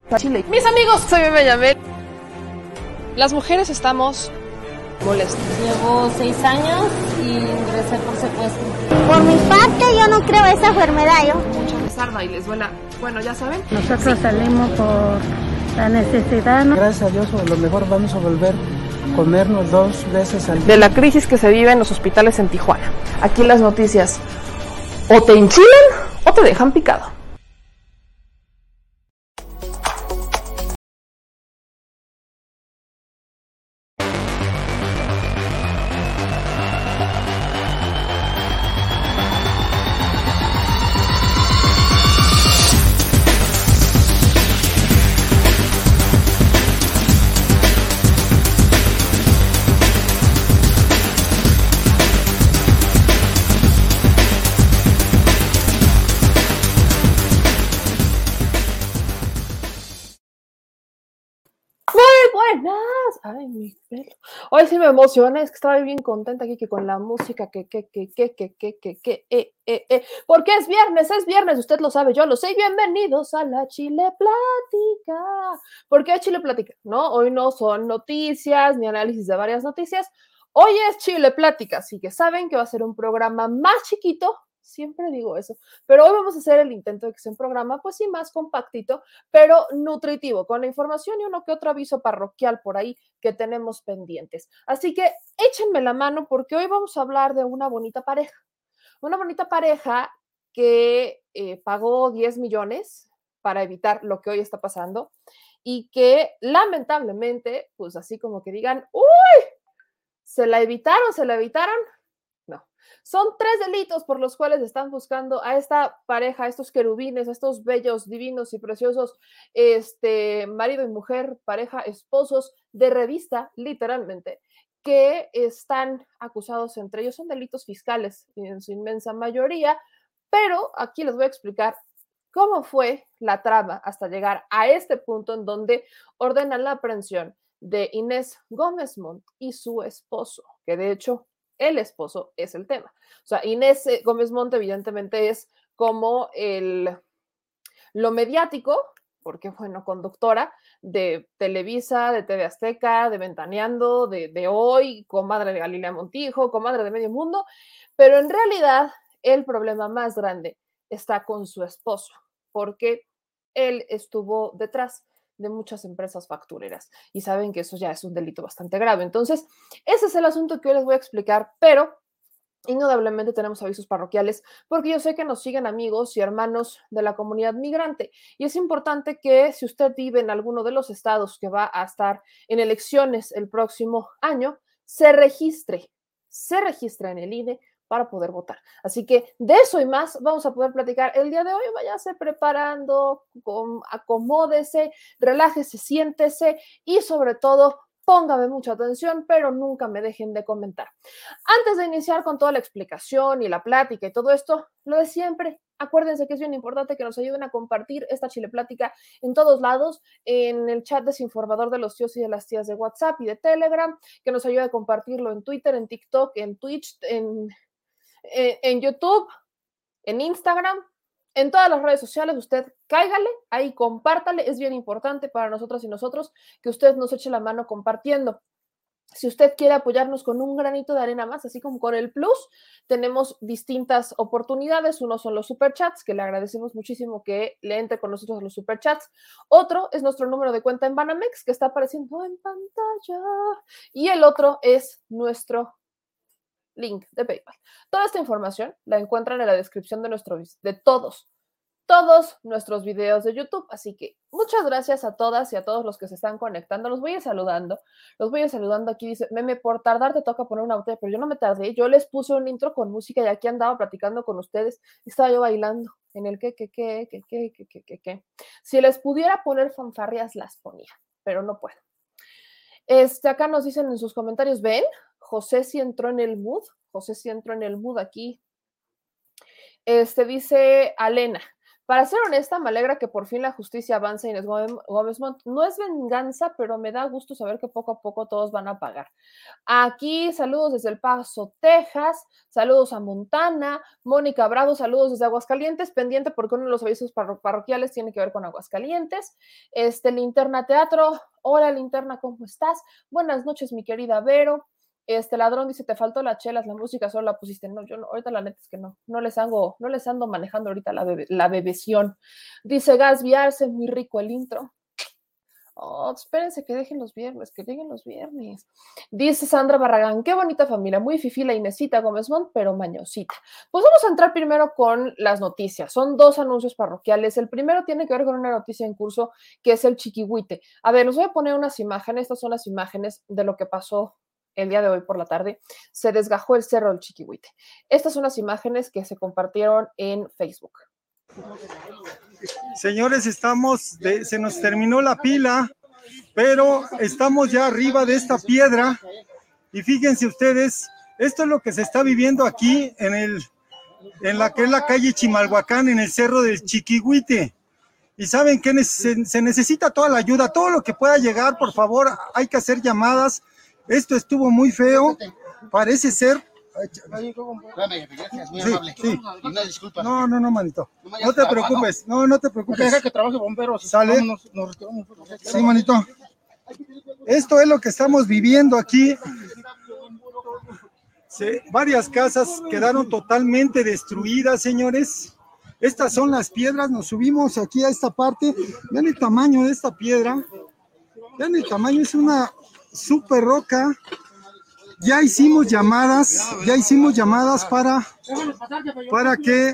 Chile. Mis amigos, soy Meme Yamel. Las mujeres estamos molestas. Llevo 6 años y ingresé por secuestro. Por mi parte, yo no creo esa enfermedad. Mucha les arda y les duela. Bueno, ya saben. Nosotros salimos por la necesidad, ¿no? Gracias a Dios, a lo mejor vamos a volver a comernos 2 veces al día. De la crisis que se vive en los hospitales en Tijuana. Aquí las noticias o te enchilan o te dejan picado. Buenas. Ay, mi pelo. Hoy sí me emocioné, es que estaba bien contenta aquí que con la música porque es viernes, usted lo sabe, yo lo sé. Bienvenidos a la Chile Plática. ¿Por qué Chile Plática? No, hoy no son noticias ni análisis de varias noticias. Hoy es Chile Plática, así que saben que va a ser un programa más chiquito. Siempre digo eso, pero hoy vamos a hacer el intento de que sea un programa, pues sí, más compactito, pero nutritivo, con la información y uno que otro aviso parroquial por ahí que tenemos pendientes. Así que échenme la mano porque hoy vamos a hablar de una bonita pareja que pagó 10 millones para evitar lo que hoy está pasando y que lamentablemente, pues así como que digan, ¡uy! ¿Se la evitaron? No. Son 3 delitos por los cuales están buscando a esta pareja, a estos querubines, a estos bellos, divinos y preciosos, marido y mujer, pareja, esposos de revista, literalmente, que están acusados entre ellos. Son delitos fiscales en su inmensa mayoría, pero aquí les voy a explicar cómo fue la trama hasta llegar a este punto en donde ordenan la aprehensión de Inés Gómez Montt y su esposo, que de hecho el esposo es el tema. O sea, Inés Gómez Montt evidentemente es como lo mediático, porque bueno, conductora de Televisa, de TV Azteca, de Ventaneando, de Hoy, comadre de Galilea Montijo, comadre de Medio Mundo, pero en realidad el problema más grande está con su esposo, porque él estuvo detrás de muchas empresas factureras y saben que eso ya es un delito bastante grave. Entonces, ese es el asunto que hoy les voy a explicar, pero indudablemente tenemos avisos parroquiales porque yo sé que nos siguen amigos y hermanos de la comunidad migrante y es importante que si usted vive en alguno de los estados que va a estar en elecciones el próximo año, se registre en el INE para poder votar. Así que de eso y más vamos a poder platicar el día de hoy. Váyase preparando, acomódese, relájese, siéntese y sobre todo póngame mucha atención, pero nunca me dejen de comentar. Antes de iniciar con toda la explicación y la plática y todo esto, lo de siempre, acuérdense que es bien importante que nos ayuden a compartir esta Chile Plática en todos lados, en el chat desinformador de los tíos y de las tías de WhatsApp y de Telegram, que nos ayude a compartirlo en Twitter, en TikTok, en Twitch, en YouTube, en Instagram, en todas las redes sociales. Usted cáigale, ahí compártale, es bien importante para nosotras y nosotros que usted nos eche la mano compartiendo. Si usted quiere apoyarnos con un granito de arena más, así como con el plus, tenemos distintas oportunidades. Uno son los superchats, que le agradecemos muchísimo que le entre con nosotros a los superchats. Otro es nuestro número de cuenta en Banamex, que está apareciendo en pantalla. Y el otro es nuestro link de PayPal. Toda esta información la encuentran en la descripción de todos nuestros videos de YouTube. Así que muchas gracias a todas y a todos los que se están conectando. Los voy a ir saludando. Aquí dice, Meme, por tardar te toca poner una botella, pero yo no me tardé. Yo les puse un intro con música y aquí andaba platicando con ustedes. Estaba yo bailando en el que. Si les pudiera poner fanfarrias, las ponía, pero no puedo. Acá nos dicen en sus comentarios, ¿ven? José sí entró en el mood aquí. Dice Alena, Para ser honesta, me alegra que por fin la justicia avance. Inés Gómez Mont. No es venganza, pero me da gusto saber que poco a poco todos van a pagar. Aquí, saludos desde El Paso, Texas, saludos a Montana, Mónica Bravo, saludos desde Aguascalientes, pendiente porque uno de los avisos parroquiales tiene que ver con Aguascalientes. Linterna Teatro, hola Linterna, ¿cómo estás? Buenas noches, mi querida Vero. Ladrón dice, te faltó las chelas, la música solo la pusiste. No, yo no, ahorita la neta es que no les ando manejando ahorita la bebeción. Dice Gas Viarse, muy rico el intro. Oh, espérense que dejen los viernes, que lleguen los viernes. Dice Sandra Barragán, qué bonita familia, muy fifí la Inesita Gómez Mont, pero mañosita. Pues vamos a entrar primero con las noticias. Son 2 anuncios parroquiales. El primero tiene que ver con una noticia en curso que es el Chiquihuite. A ver, les voy a poner unas imágenes. Estas son las imágenes de lo que pasó el día de hoy por la tarde. Se desgajó el cerro del Chiquihuite. Estas son las imágenes que se compartieron en Facebook. Señores, se nos terminó la pila, pero estamos ya arriba de esta piedra y fíjense ustedes, esto es lo que se está viviendo aquí en la que es la calle Chimalhuacán, en el cerro del Chiquihuite. Y saben que se necesita toda la ayuda, todo lo que pueda llegar, por favor, hay que hacer llamadas. Esto estuvo muy feo, parece ser. Muy amable. Sí. Y una disculpa. No, manito. No te preocupes, no te preocupes. Deja que trabaje bomberos. Sale. Nos retiramos. Sí, manito. Esto es lo que estamos viviendo aquí. Varias casas quedaron totalmente destruidas, señores. Estas son las piedras. Nos subimos aquí a esta parte. Vean el tamaño de esta piedra. Vean el tamaño, es una super roca. Ya hicimos llamadas para que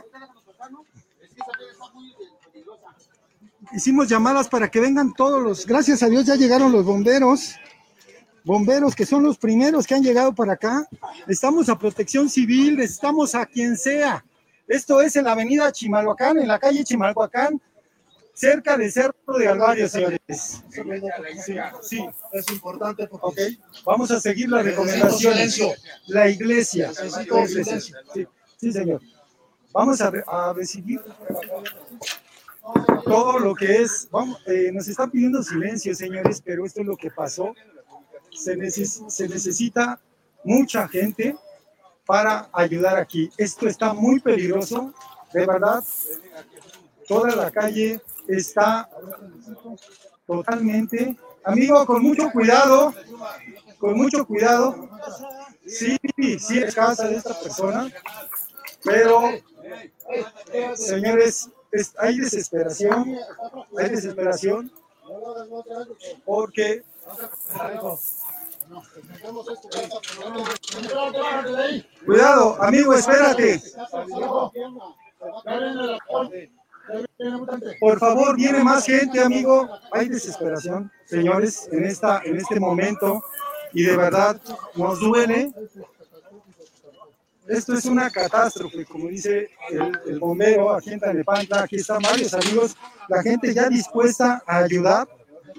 vengan todos los, gracias a Dios ya llegaron los bomberos que son los primeros que han llegado para acá. Estamos a Protección Civil, estamos a quien sea. Esto es en la avenida Chimalhuacán, en la calle Chimalhuacán, cerca del Cerro de Alvario, señores. Sí. Es importante porque... Okay. Vamos a seguir las recomendaciones. La iglesia. Sí, señor. Vamos a recibir todo lo que es. Nos están pidiendo silencio, señores, pero esto es lo que pasó. Se necesita mucha gente para ayudar aquí. Esto está muy peligroso, de verdad. Toda la calle está totalmente, amigo, con mucho cuidado, sí es casa de esta persona, pero señores, hay desesperación, porque cuidado, amigo, espérate. Por favor, viene más gente, amigo. Hay desesperación, señores, en este momento, y de verdad nos duele. Esto es una catástrofe, como dice el bombero aquí en Tlalnepantla. Aquí están varios amigos, la gente ya dispuesta a ayudar.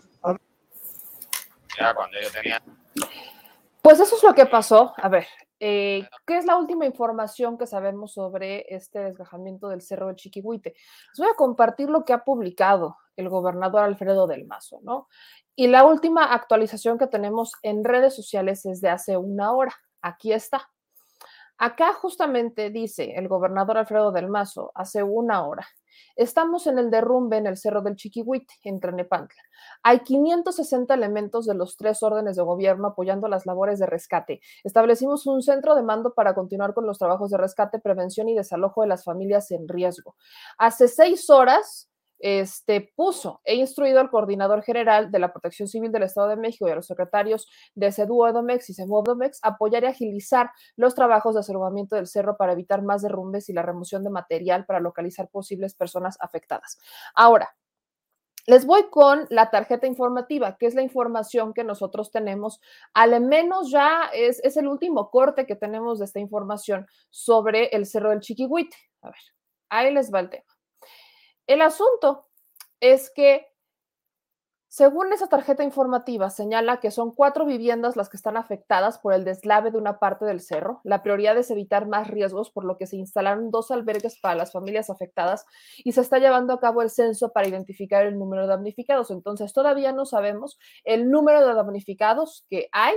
Ya cuando yo tenía... Pues eso es lo que pasó. A ver, ¿qué es la última información que sabemos sobre este desgajamiento del Cerro del Chiquihuite? Les voy a compartir lo que ha publicado el gobernador Alfredo del Mazo, ¿no? Y la última actualización que tenemos en redes sociales es de hace una hora. Aquí está. Acá justamente dice el gobernador Alfredo del Mazo, hace una hora, estamos en el derrumbe en el Cerro del Chiquihuite, en Tlalnepantla. Hay 560 elementos de los 3 órdenes de gobierno apoyando las labores de rescate. Establecimos un centro de mando para continuar con los trabajos de rescate, prevención y desalojo de las familias en riesgo. Hace 6 horas he instruido al coordinador general de la Protección Civil del Estado de México y a los secretarios de CEDU Edomex y CEMOV Edomex apoyar y agilizar los trabajos de aseguramiento del cerro para evitar más derrumbes y la remoción de material para localizar posibles personas afectadas. Ahora, les voy con la tarjeta informativa, que es la información que nosotros tenemos, al menos ya es el último corte que tenemos de esta información sobre el Cerro del Chiquihuite. A ver, ahí les va el tema. El asunto es que Según esa tarjeta informativa, señala que son 4 viviendas las que están afectadas por el deslave de una parte del cerro. La prioridad es evitar más riesgos, por lo que se instalaron 2 albergues para las familias afectadas y se está llevando a cabo el censo para identificar el número de damnificados. Entonces, todavía no sabemos el número de damnificados que hay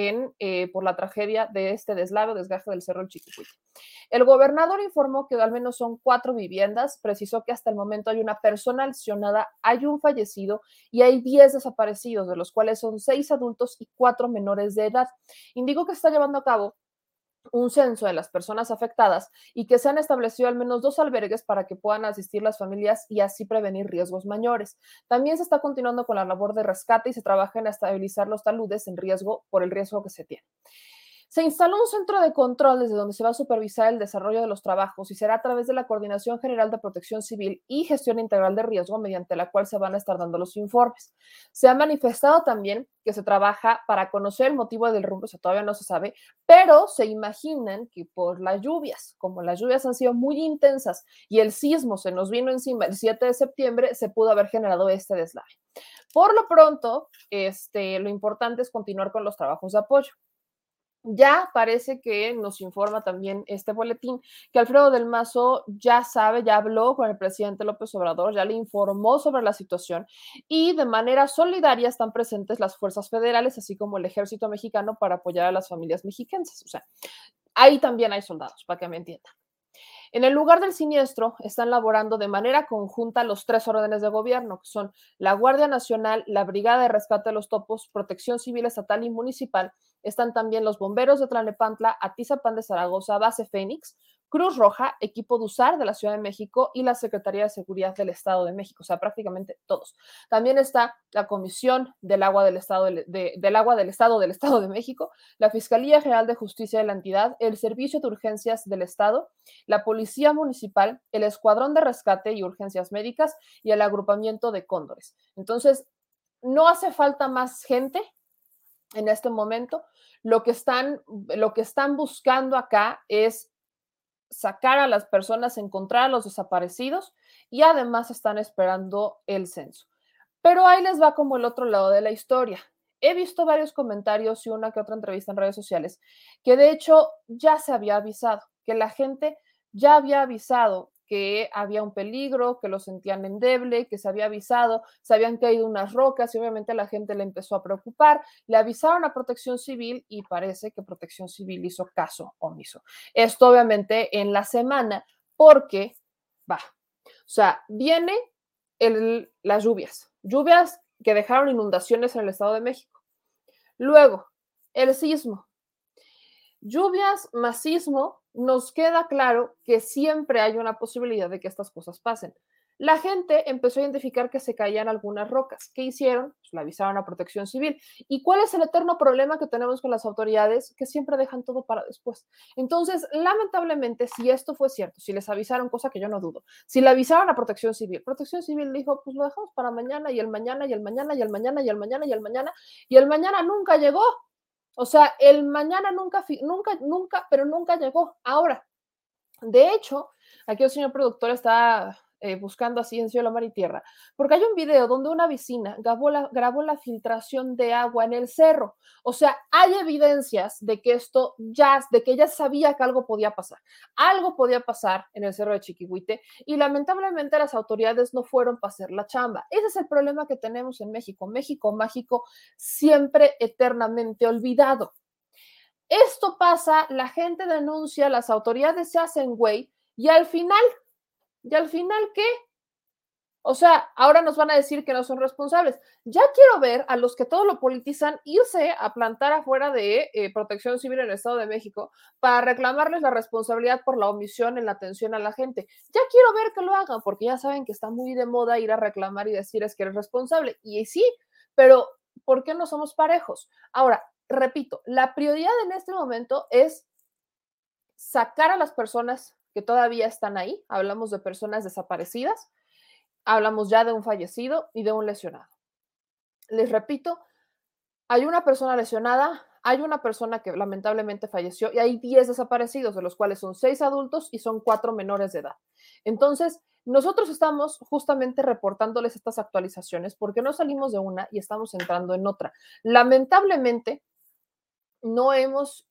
por la tragedia de este deslave o desgaje del cerro El Chiquihuite. El gobernador informó que al menos son 4 viviendas, precisó que hasta el momento hay una persona lesionada, hay un fallecido y hay 10 desaparecidos, de los cuales son 6 adultos y 4 menores de edad. Indicó que se está llevando a cabo un censo de las personas afectadas y que se han establecido al menos 2 albergues para que puedan asistir las familias y así prevenir riesgos mayores. También se está continuando con la labor de rescate y se trabaja en estabilizar los taludes en riesgo por el riesgo que se tiene. Se instaló un centro de control desde donde se va a supervisar el desarrollo de los trabajos y será a través de la Coordinación General de Protección Civil y Gestión Integral de Riesgo, mediante la cual se van a estar dando los informes. Se ha manifestado también que se trabaja para conocer el motivo del derrumbe, o sea, todavía no se sabe, pero se imaginan que por las lluvias, como las lluvias han sido muy intensas y el sismo se nos vino encima el 7 de septiembre, se pudo haber generado este deslave. Por lo pronto, lo importante es continuar con los trabajos de apoyo. Ya parece que nos informa también este boletín que Alfredo del Mazo ya sabe, ya habló con el presidente López Obrador, ya le informó sobre la situación y de manera solidaria están presentes las fuerzas federales, así como el ejército mexicano para apoyar a las familias mexicanas. O sea, ahí también hay soldados, para que me entiendan. En el lugar del siniestro están laborando de manera conjunta los 3 órdenes de gobierno, que son la Guardia Nacional, la Brigada de Rescate de los Topos, Protección Civil Estatal y Municipal. Están también los bomberos de Tlalnepantla, Atizapán de Zaragoza, Base Fénix, Cruz Roja, equipo DUSAR de la Ciudad de México y la Secretaría de Seguridad del Estado de México, o sea, prácticamente todos. También está la Comisión del Agua del Estado del Estado de México, la Fiscalía General de Justicia de la entidad, el Servicio de Urgencias del Estado, la Policía Municipal, el Escuadrón de Rescate y Urgencias Médicas y el Agrupamiento de Cóndores. Entonces, no hace falta más gente en este momento. Lo que están buscando acá es sacar a las personas, encontrar a los desaparecidos y además están esperando el censo. Pero ahí les va como el otro lado de la historia. He visto varios comentarios y una que otra entrevista en redes sociales que de hecho ya se había avisado, que la gente ya había avisado que había un peligro, que lo sentían endeble, que se había avisado, se habían caído unas rocas y obviamente la gente le empezó a preocupar, le avisaron a Protección Civil y parece que Protección Civil hizo caso omiso. Esto obviamente en la semana porque o sea, viene las lluvias que dejaron inundaciones en el Estado de México. Luego, el sismo. Lluvias más sismo, nos queda claro que siempre hay una posibilidad de que estas cosas pasen. La gente empezó a identificar que se caían algunas rocas. ¿Qué hicieron? Pues la avisaron a Protección Civil. ¿Y cuál es el eterno problema que tenemos con las autoridades? Que siempre dejan todo para después. Entonces, lamentablemente, si esto fue cierto, si les avisaron, cosa que yo no dudo, si le avisaron a Protección Civil dijo, pues lo dejamos para mañana y el mañana y el mañana y el mañana y el mañana y el mañana y el mañana nunca llegó. O sea, el mañana nunca llegó. Ahora, de hecho, aquí el señor productor está buscando así en cielo, mar y tierra, porque hay un video donde una vecina grabó la filtración de agua en el cerro. O sea, hay evidencias de que ella sabía que algo podía pasar. Algo podía pasar en el cerro de Chiquihuite y lamentablemente las autoridades no fueron para hacer la chamba. Ese es el problema que tenemos en México. México mágico, siempre eternamente olvidado. Esto pasa, la gente denuncia, las autoridades se hacen güey ¿y al final qué? O sea, ahora nos van a decir que no son responsables. Ya quiero ver a los que todo lo politizan irse a plantar afuera de Protección Civil en el Estado de México para reclamarles la responsabilidad por la omisión en la atención a la gente. Ya quiero ver que lo hagan, porque ya saben que está muy de moda ir a reclamar y decir es que eres responsable. Y sí, pero ¿por qué no somos parejos? Ahora, repito, la prioridad en este momento es sacar a las personas que todavía están ahí. Hablamos de personas desaparecidas, hablamos ya de un fallecido y de un lesionado. Les repito, hay una persona lesionada, hay una persona que lamentablemente falleció y hay 10 desaparecidos, de los cuales son 6 adultos y son 4 menores de edad. Entonces, nosotros estamos justamente reportándoles estas actualizaciones porque no salimos de una y estamos entrando en otra. Lamentablemente, no hemos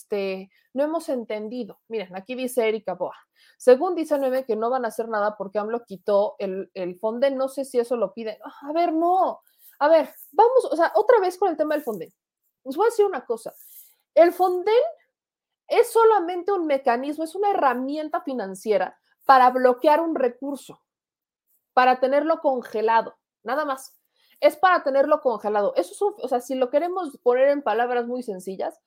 entendido. Miren, aquí dice Erika Boa. Según dice 9 que no van a hacer nada porque AMLO quitó el Fonden, no sé si eso lo piden. A ver, no. A ver, vamos, o sea, otra vez con el tema del Fonden. Les voy a decir una cosa. El Fonden es solamente un mecanismo, es una herramienta financiera para bloquear un recurso, para tenerlo congelado, nada más. Es para tenerlo congelado. Eso es o sea, si lo queremos poner en palabras muy sencillas,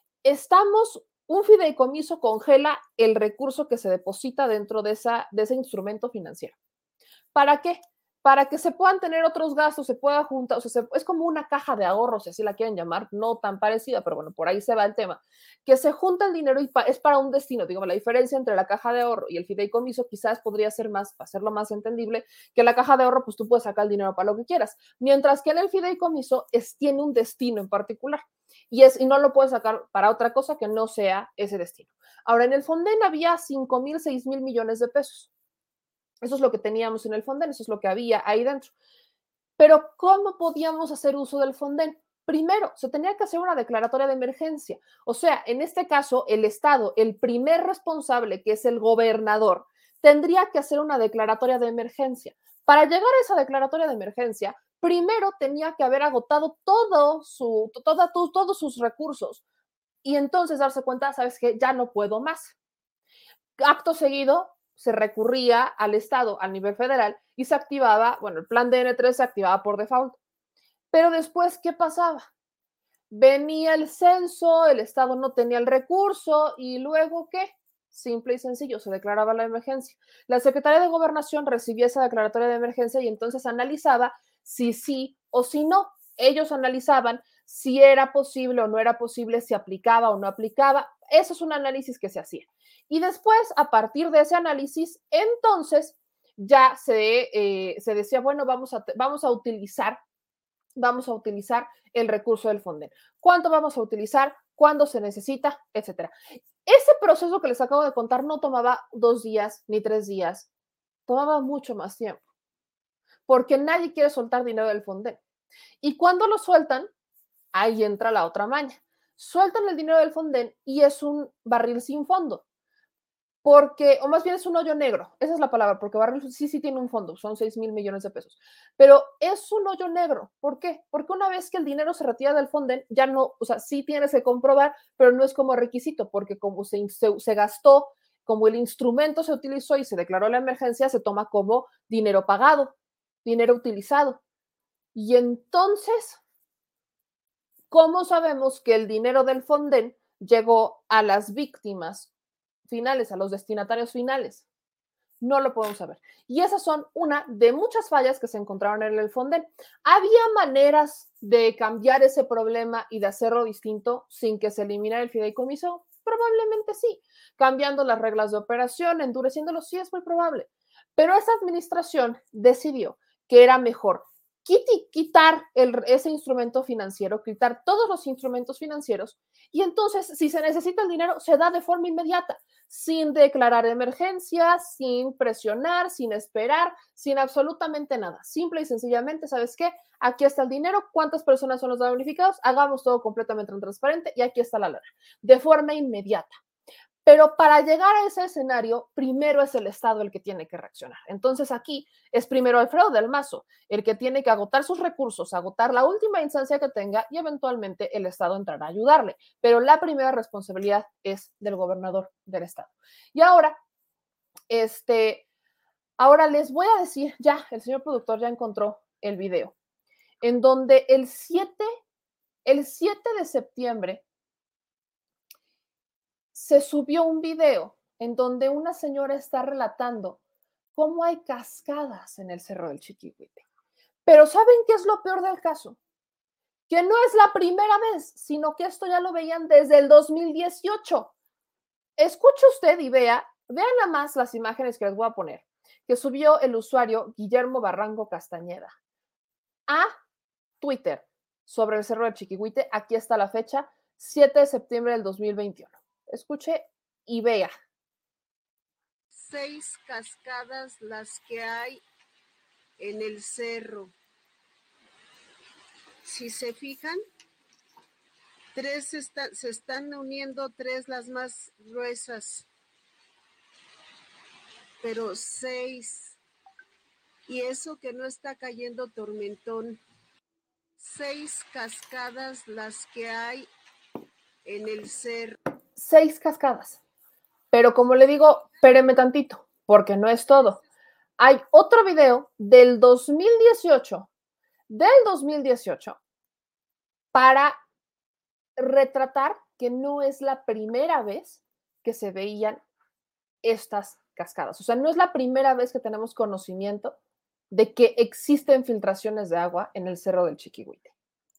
un fideicomiso congela el recurso que se deposita dentro de ese instrumento financiero. ¿Para qué? Para que se puedan tener otros gastos, se pueda juntar, o sea, es como una caja de ahorros, si así la quieren llamar, no tan parecida, pero bueno, por ahí se va el tema, que se junta el dinero y es para un destino. Digamos, la diferencia entre la caja de ahorro y el fideicomiso quizás podría ser más, para hacerlo más entendible, que la caja de ahorro, pues tú puedes sacar el dinero para lo que quieras, mientras que en el fideicomiso tiene un destino en particular y no lo puedes sacar para otra cosa que no sea ese destino. Ahora, en el Fonden había 5,000, 6,000 millones de pesos. Eso es lo que teníamos en el Fonden, eso es lo que había ahí dentro. Pero ¿cómo podíamos hacer uso del Fonden? Primero, se tenía que hacer una declaratoria de emergencia. O sea, en este caso, el Estado, el primer responsable, que es el gobernador, tendría que hacer una declaratoria de emergencia. Para llegar a esa declaratoria de emergencia, primero tenía que haber agotado todos sus recursos y entonces darse cuenta, ¿sabes qué? Ya no puedo más. Acto seguido, se recurría al Estado a nivel federal y se activaba, bueno, el plan DN3 se activaba por default. Pero después, ¿qué pasaba? Venía el censo, el Estado no tenía el recurso y luego, ¿qué? Simple y sencillo, se declaraba la emergencia. La Secretaría de Gobernación recibía esa declaratoria de emergencia y entonces analizaba si sí o si no. Ellos analizaban si era posible o no era posible, si aplicaba o no aplicaba. Eso es un análisis que se hacía. Y después, a partir de ese análisis, entonces ya se decía, bueno, vamos a utilizar el recurso del Fonden. ¿Cuánto vamos a utilizar? ¿Cuándo se necesita? Etcétera. Ese proceso que les acabo de contar no tomaba 2 días ni 3 días, tomaba mucho más tiempo, porque nadie quiere soltar dinero del Fonden. Y cuando lo sueltan, ahí entra la otra maña. Sueltan el dinero del Fonden y es un barril sin fondo. Porque, o más bien es un hoyo negro, esa es la palabra, porque barril sí tiene un fondo, son 6,000 millones de pesos, pero es un hoyo negro. ¿Por qué? Porque una vez que el dinero se retira del Fonden, ya no, o sea, sí tienes que comprobar, pero no es como requisito, porque como se gastó, como el instrumento se utilizó y se declaró la emergencia, se toma como dinero pagado, dinero utilizado. Y entonces, ¿cómo sabemos que el dinero del Fonden llegó a las víctimas finales, a los destinatarios finales? No lo podemos saber. Y esas son una de muchas fallas que se encontraron en el Fonden. ¿Había maneras de cambiar ese problema y de hacerlo distinto sin que se eliminara el fideicomiso? Probablemente sí. Cambiando las reglas de operación, endureciéndolo, sí es muy probable. Pero esa administración decidió que era mejor quitar ese instrumento financiero, quitar todos los instrumentos financieros y entonces si se necesita el dinero se da de forma inmediata, sin declarar emergencia, sin presionar, sin esperar, sin absolutamente nada. Simple y sencillamente, ¿sabes qué? Aquí está el dinero, ¿cuántas personas son los damnificados? Hagamos todo completamente transparente y aquí está la lana, de forma inmediata. Pero para llegar a ese escenario, primero es el Estado el que tiene que reaccionar. Entonces aquí es primero Alfredo del Mazo el que tiene que agotar sus recursos, agotar la última instancia que tenga y eventualmente el Estado entrará a ayudarle. Pero la primera responsabilidad es del gobernador del Estado. Y ahora, ahora les voy a decir, ya, el señor productor ya encontró el video, en donde el 7 de septiembre se subió un video en donde una señora está relatando cómo hay cascadas en el Cerro del Chiquihuite. Pero ¿saben qué es lo peor del caso? Que no es la primera vez, sino que esto ya lo veían desde el 2018. Escuche usted y vean nada más las imágenes que les voy a poner, que subió el usuario Guillermo Barranco Castañeda a Twitter sobre el Cerro del Chiquihuite. Aquí está la fecha, 7 de septiembre del 2021. Escuche y vea. 6 cascadas las que hay en el cerro. Si se fijan, se están uniendo 3 las más gruesas, pero 6. Y eso que no está cayendo tormentón. 6 cascadas las que hay en el cerro. 6 cascadas. Pero como le digo, espéreme tantito, porque no es todo. Hay otro video del 2018, para retratar que no es la primera vez que se veían estas cascadas. O sea, no es la primera vez que tenemos conocimiento de que existen filtraciones de agua en el Cerro del Chiquihuite.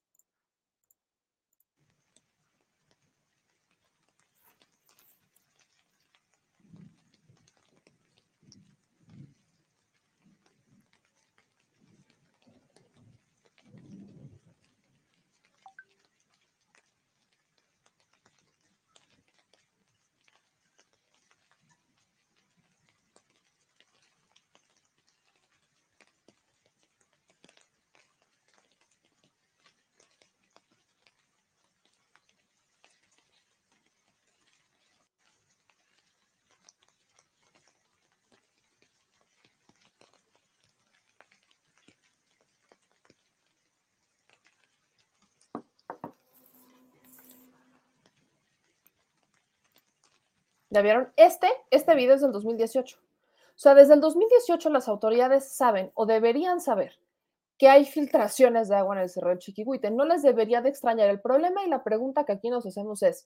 ¿Ya vieron? Este video es del 2018. O sea, desde el 2018 las autoridades saben o deberían saber que hay filtraciones de agua en el Cerro del Chiquihuite. No les debería de extrañar. El problema y la pregunta que aquí nos hacemos es,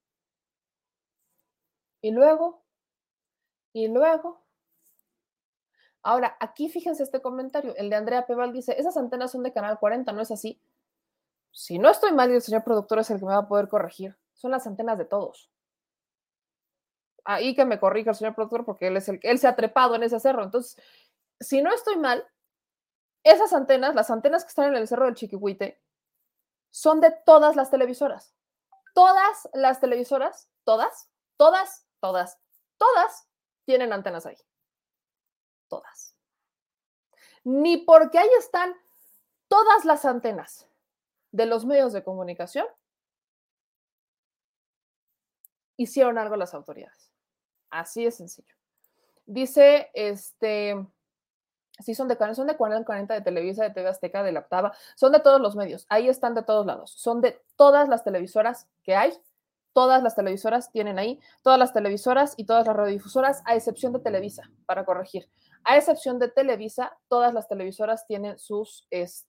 ¿y luego? ¿Y luego? Ahora, aquí fíjense este comentario. El de Andrea Peval dice, esas antenas son de Canal 40, ¿no es así? Si no estoy mal y el señor productor es el que me va a poder corregir, son las antenas de todos. Ahí que me corrija el señor productor porque él se ha trepado en ese cerro. Entonces, si no estoy mal, esas antenas, las antenas que están en el Cerro del Chiquihuite, son de todas las televisoras. Todas las televisoras, todas tienen antenas ahí. Todas. Ni porque ahí están todas las antenas de los medios de comunicación, hicieron algo las autoridades. Así de sencillo. Dice, sí, son de Canal 40 de Televisa, de TV Azteca, de la Octava, son de todos los medios, ahí están de todos lados, son de todas las televisoras que hay, todas las televisoras tienen ahí, todas las televisoras y todas las radiodifusoras, a excepción de Televisa, para corregir, a excepción de Televisa, todas las televisoras tienen sus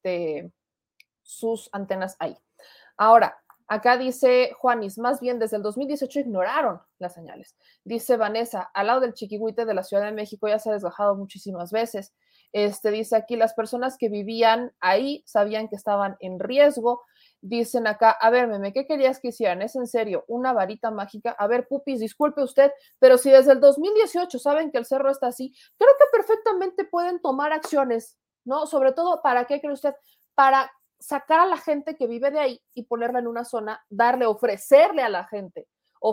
antenas ahí. Ahora, acá dice Juanis, más bien desde el 2018 ignoraron las señales. Dice Vanessa, al lado del Chiquihuite de la Ciudad de México ya se ha desgajado muchísimas veces. Dice aquí, las personas que vivían ahí sabían que estaban en riesgo. Dicen acá, a ver, meme, ¿qué querías que hicieran? ¿Es en serio una varita mágica? A ver, Pupis, disculpe usted, pero si desde el 2018 saben que el cerro está así, creo que perfectamente pueden tomar acciones, ¿no? Sobre todo, ¿para qué cree usted? Para sacar a la gente que vive de ahí y ponerla en una zona, ofrecerle a la gente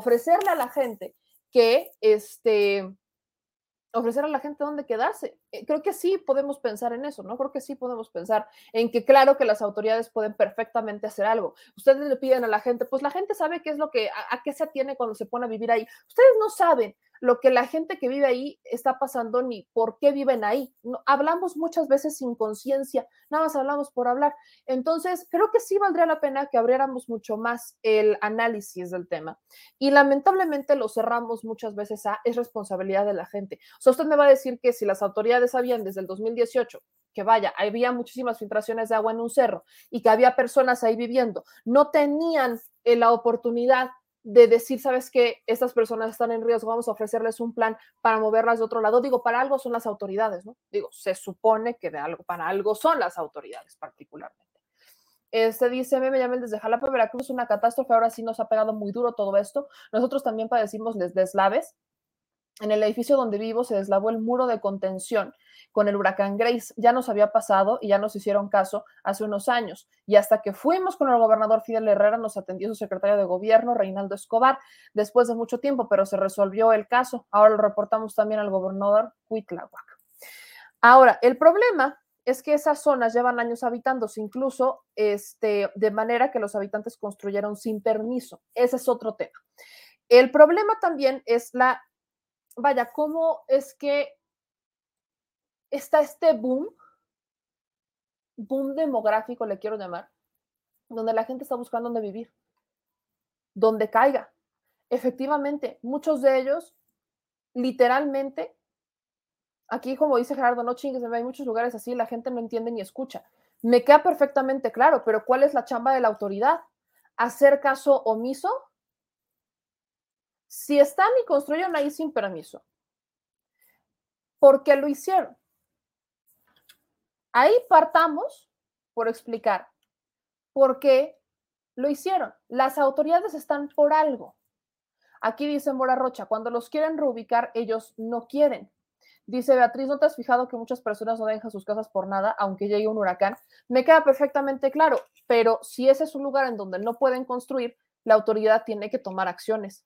que ofrecer a la gente dónde quedarse. Creo que sí podemos pensar en eso, ¿no? Creo que sí podemos pensar en que claro que las autoridades pueden perfectamente hacer algo. Ustedes le piden a la gente, pues la gente sabe qué es lo que, a qué se atiene cuando se pone a vivir ahí. Ustedes no saben lo que la gente que vive ahí está pasando ni por qué viven ahí. No, hablamos muchas veces sin conciencia, nada más hablamos por hablar. Entonces, creo que sí valdría la pena que abriéramos mucho más el análisis del tema. Y lamentablemente lo cerramos muchas veces a es responsabilidad de la gente. O sea, usted me va a decir que si las autoridades sabían desde el 2018 que vaya, había muchísimas filtraciones de agua en un cerro y que había personas ahí viviendo, no tenían la oportunidad de decir, ¿sabes qué? Estas personas están en riesgo, vamos a ofrecerles un plan para moverlas de otro lado. Digo, para algo son las autoridades, ¿no? Digo, se supone que para algo son las autoridades particularmente. Dice, me llaman desde Jalapa, Veracruz, una catástrofe, ahora sí nos ha pegado muy duro todo esto. Nosotros también padecimos deslaves. En el edificio donde vivo se deslavó el muro de contención con el huracán Grace. Ya nos había pasado y ya nos hicieron caso hace unos años. Y hasta que fuimos con el gobernador Fidel Herrera, nos atendió su secretario de gobierno, Reinaldo Escobar, después de mucho tiempo, pero se resolvió el caso. Ahora lo reportamos también al gobernador Cuitláhuac. Ahora, el problema es que esas zonas llevan años habitándose, incluso de manera que los habitantes construyeron sin permiso. Ese es otro tema. El problema también es vaya, cómo es que está este boom demográfico, le quiero llamar, donde la gente está buscando dónde vivir, donde caiga. Efectivamente, muchos de ellos, literalmente, aquí como dice Gerardo, no chingues, hay muchos lugares así, la gente no entiende ni escucha. Me queda perfectamente claro, pero ¿cuál es la chamba de la autoridad? ¿Hacer caso omiso? Si están y construyeron ahí sin permiso, ¿por qué lo hicieron? Ahí partamos por explicar por qué lo hicieron. Las autoridades están por algo. Aquí dice Mora Rocha, cuando los quieren reubicar, ellos no quieren. Dice Beatriz, ¿no te has fijado que muchas personas no dejan sus casas por nada, aunque llegue un huracán? Me queda perfectamente claro, pero si ese es un lugar en donde no pueden construir, la autoridad tiene que tomar acciones.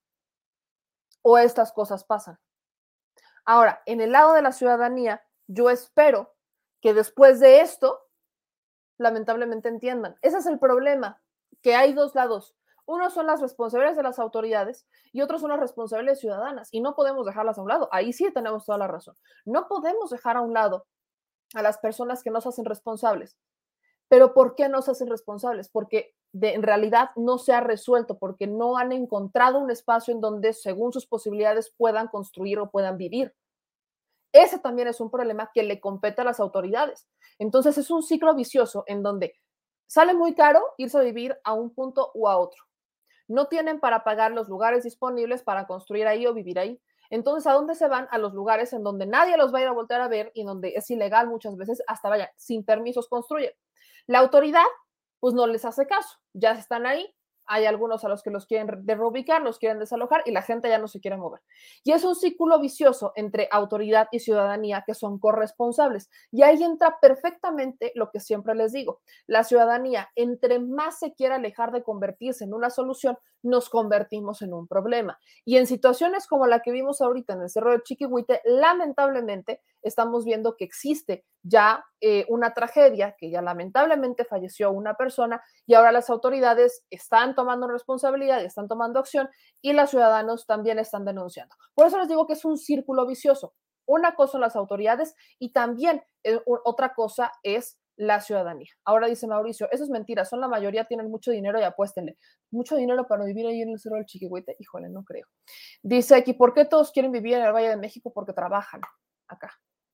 O estas cosas pasan. Ahora, en el lado de la ciudadanía, yo espero que después de esto, lamentablemente entiendan. Ese es el problema, que hay dos lados. Uno son las responsabilidades de las autoridades y otros son las responsabilidades ciudadanas y no podemos dejarlas a un lado. Ahí sí tenemos toda la razón. No podemos dejar a un lado a las personas que nos hacen responsables. ¿Pero por qué nos hacen responsables? Porque en realidad no se ha resuelto, porque no han encontrado un espacio en donde, según sus posibilidades, puedan construir o puedan vivir. Ese también es un problema que le compete a las autoridades. Entonces es un ciclo vicioso en donde sale muy caro irse a vivir a un punto u a otro. No tienen para pagar los lugares disponibles para construir ahí o vivir ahí. Entonces, ¿a dónde se van? A los lugares en donde nadie los va a ir a voltear a ver y donde es ilegal muchas veces, hasta vaya, sin permisos construyen. La autoridad, pues no les hace caso. Ya están ahí. Hay algunos a los que los quieren reubicar, los quieren desalojar y la gente ya no se quiere mover. Y es un círculo vicioso entre autoridad y ciudadanía que son corresponsables. Y ahí entra perfectamente lo que siempre les digo. La ciudadanía, entre más se quiera alejar de convertirse en una solución, nos convertimos en un problema. Y en situaciones como la que vimos ahorita en el Cerro de Chiquihuite, lamentablemente estamos viendo que existe ya una tragedia, que ya lamentablemente falleció una persona y ahora las autoridades están tomando responsabilidad y están tomando acción y los ciudadanos también están denunciando. Por eso les digo que es un círculo vicioso. Una cosa son las autoridades y también otra cosa es la ciudadanía. Ahora dice Mauricio, eso es mentira, son la mayoría, tienen mucho dinero y apuéstenle. Mucho dinero para vivir ahí en el Cerro del Chiquihuite, híjole, no creo. Dice aquí, ¿por qué todos quieren vivir en el Valle de México? Porque trabajan acá.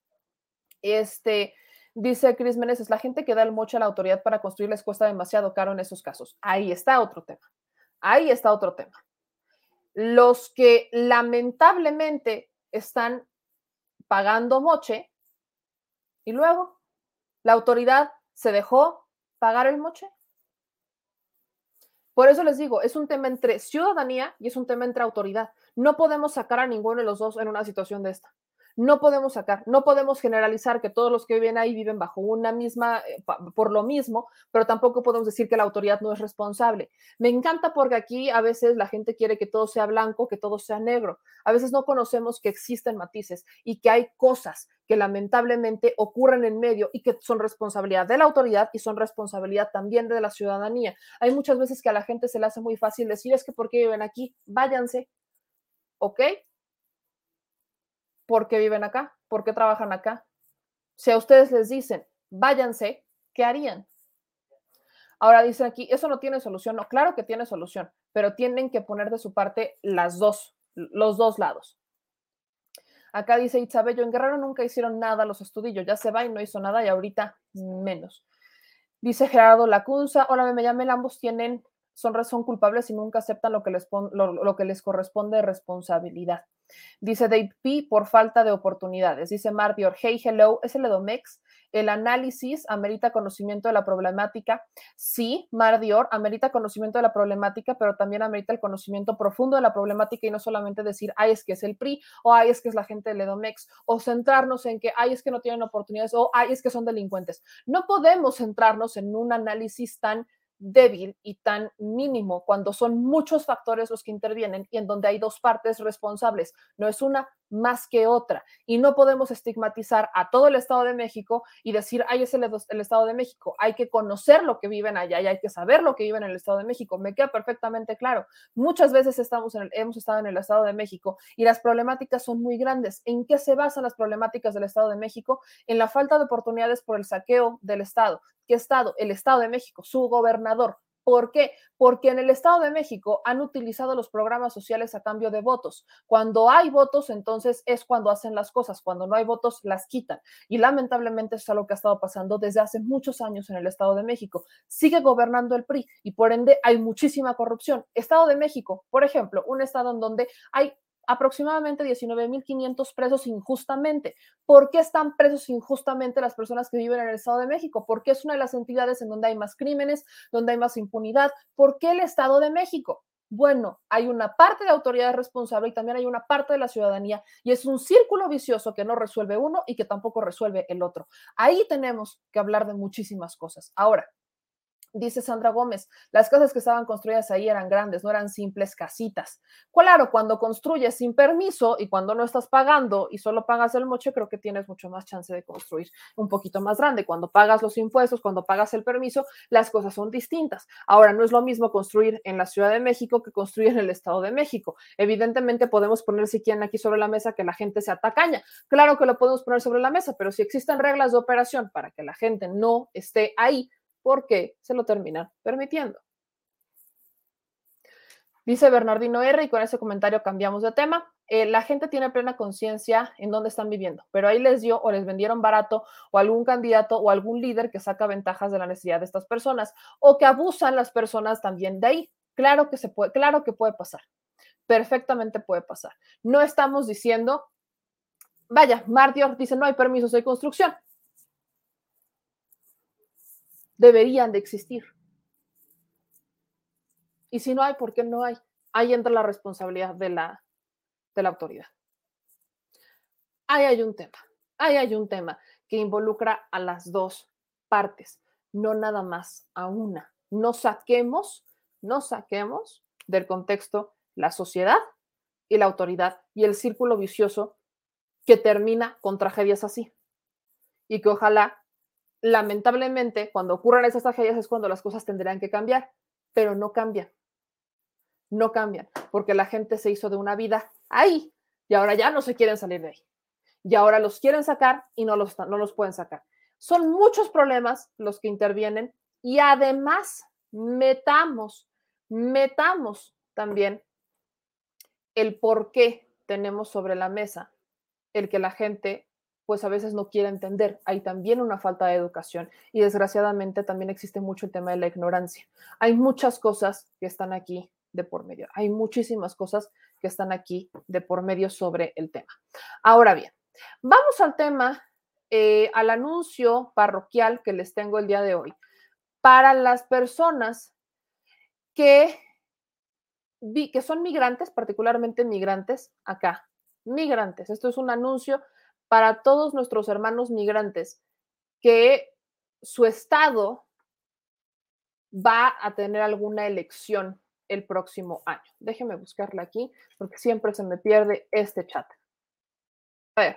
Dice Cris Meneses, la gente que da el moche a la autoridad para construir les cuesta demasiado caro en esos casos. Ahí está otro tema. Ahí está otro tema. Los que lamentablemente están pagando moche y luego la autoridad se dejó pagar el moche. Por eso les digo, es un tema entre ciudadanía y es un tema entre autoridad. No podemos sacar a ninguno de los dos en una situación de esta. No podemos no podemos generalizar que todos los que viven ahí viven bajo una misma, por lo mismo, pero tampoco podemos decir que la autoridad no es responsable. Me encanta porque aquí a veces la gente quiere que todo sea blanco, que todo sea negro. A veces no conocemos que existen matices y que hay cosas que lamentablemente ocurren en medio y que son responsabilidad de la autoridad y son responsabilidad también de la ciudadanía. Hay muchas veces que a la gente se le hace muy fácil decir, es que ¿por qué viven aquí? Váyanse, ¿ok? ¿Por qué viven acá? ¿Por qué trabajan acá? Si a ustedes les dicen, váyanse, ¿qué harían? Ahora dicen aquí, eso no tiene solución. No, claro que tiene solución, pero tienen que poner de su parte los dos lados. Acá dice Itzabello, en Guerrero nunca hicieron nada los Estudillos, ya se va y no hizo nada y ahorita menos. Dice Gerardo Lacunza, hola, me llamé, ambos son culpables y nunca aceptan lo que les corresponde de responsabilidad. Dice Dave P. por falta de oportunidades. Dice Mardior, hey, hello, ¿es el Edomex? El análisis amerita conocimiento de la problemática. Sí, Mardior, amerita conocimiento de la problemática, pero también amerita el conocimiento profundo de la problemática y no solamente decir, ay, es que es el PRI, o ay, es que es la gente del Edomex, o centrarnos en que, ay, es que no tienen oportunidades, o ay, es que son delincuentes. No podemos centrarnos en un análisis tan débil y tan mínimo cuando son muchos factores los que intervienen y en donde hay dos partes responsables, no es una más que otra, y no podemos estigmatizar a todo el Estado de México y decir, ay, es el Estado de México, hay que conocer lo que viven allá y hay que saber lo que viven en el Estado de México, me queda perfectamente claro, muchas veces hemos estado en el Estado de México y las problemáticas son muy grandes. ¿En qué se basan las problemáticas del Estado de México? En la falta de oportunidades por el saqueo del Estado. ¿Qué Estado? El Estado de México, su gobernador. ¿Por qué? Porque en el Estado de México han utilizado los programas sociales a cambio de votos. Cuando hay votos, entonces es cuando hacen las cosas. Cuando no hay votos, las quitan. Y lamentablemente eso es algo que ha estado pasando desde hace muchos años en el Estado de México. Sigue gobernando el PRI y por ende hay muchísima corrupción. Estado de México, por ejemplo, un estado en donde hay aproximadamente 19,500 presos injustamente. ¿Por qué están presos injustamente las personas que viven en el Estado de México? Porque es una de las entidades en donde hay más crímenes, donde hay más impunidad. ¿Por qué el Estado de México? Bueno, hay una parte de autoridad responsable y también hay una parte de la ciudadanía y es un círculo vicioso que no resuelve uno y que tampoco resuelve el otro. Ahí tenemos que hablar de muchísimas cosas. Ahora, dice Sandra Gómez, las casas que estaban construidas ahí eran grandes, no eran simples casitas. Claro, cuando construyes sin permiso y cuando no estás pagando y solo pagas el moche, creo que tienes mucho más chance de construir un poquito más grande. Cuando pagas los impuestos, cuando pagas el permiso, las cosas son distintas. Ahora, no es lo mismo construir en la Ciudad de México que construir en el Estado de México. Evidentemente podemos poner si quieren aquí sobre la mesa que la gente sea tacaña. Claro que lo podemos poner sobre la mesa, pero si existen reglas de operación para que la gente no esté ahí, porque se lo terminan permitiendo. Dice Bernardino R, y con ese comentario cambiamos de tema. La gente tiene plena conciencia en dónde están viviendo, pero ahí les dio o les vendieron barato o algún candidato o algún líder que saca ventajas de la necesidad de estas personas o que abusan las personas también de ahí. Claro que se puede, claro que puede pasar. Perfectamente puede pasar. No estamos diciendo, vaya, Mardior dice no hay permisos de construcción. Deberían de existir. Y si no hay, ¿por qué no hay? Ahí entra la responsabilidad de la autoridad. Ahí hay un tema que involucra a las dos partes, no nada más a una. No saquemos del contexto la sociedad y la autoridad y el círculo vicioso que termina con tragedias así. Y que ojalá, lamentablemente, cuando ocurran esas tragedias es cuando las cosas tendrán que cambiar, pero no cambian. No cambian, porque la gente se hizo de una vida ahí y ahora ya no se quieren salir de ahí. Y ahora los quieren sacar y no los pueden sacar. Son muchos problemas los que intervienen y además metamos también el por qué tenemos sobre la mesa el que la gente pues a veces no quiere entender. Hay también una falta de educación y desgraciadamente también existe mucho el tema de la ignorancia. Hay muchas cosas que están aquí de por medio. Hay muchísimas cosas que están aquí de por medio sobre el tema. Ahora bien, vamos al tema, al anuncio parroquial que les tengo el día de hoy. Para las personas que son migrantes, particularmente migrantes acá, migrantes. Esto es un anuncio para todos nuestros hermanos migrantes que su estado va a tener alguna elección el próximo año. Déjenme buscarla aquí porque siempre se me pierde este chat. A ver,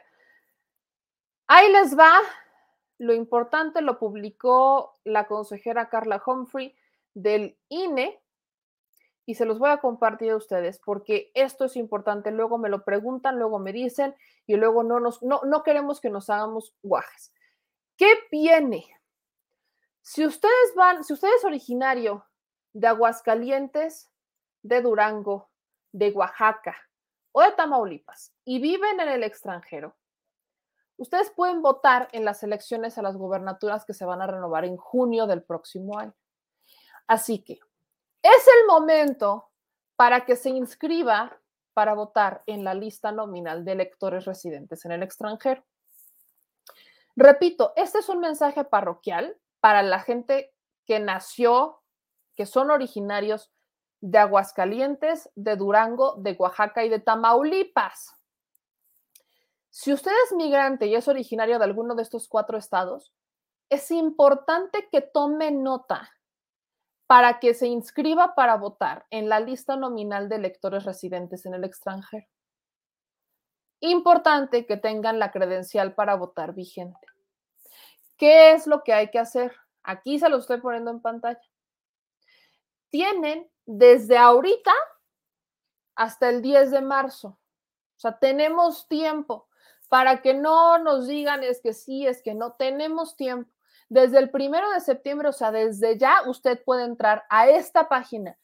ahí les va. Lo importante lo publicó la consejera Carla Humphrey del INE y se los voy a compartir a ustedes porque esto es importante. Luego me lo preguntan, luego me dicen y luego no queremos que nos hagamos guajes. ¿Qué viene? Si usted es originario de Aguascalientes, de Durango, de Oaxaca o de Tamaulipas y viven en el extranjero, ustedes pueden votar en las elecciones a las gubernaturas que se van a renovar en junio del próximo año. Así que es el momento para que se inscriba para votar en la lista nominal de electores residentes en el extranjero. Repito, este es un mensaje parroquial para la gente que nació, que son originarios de Aguascalientes, de Durango, de Oaxaca y de Tamaulipas. Si usted es migrante y es originario de alguno de estos 4 estados, es importante que tome nota para que se inscriba para votar en la lista nominal de electores residentes en el extranjero. Importante que tengan la credencial para votar vigente. ¿Qué es lo que hay que hacer? Aquí se lo estoy poniendo en pantalla. Tienen desde ahorita hasta el 10 de marzo. O sea, tenemos tiempo para que no nos digan es que sí, es que no. Tenemos tiempo. Desde el 1 de septiembre, o sea, desde ya usted puede entrar a esta página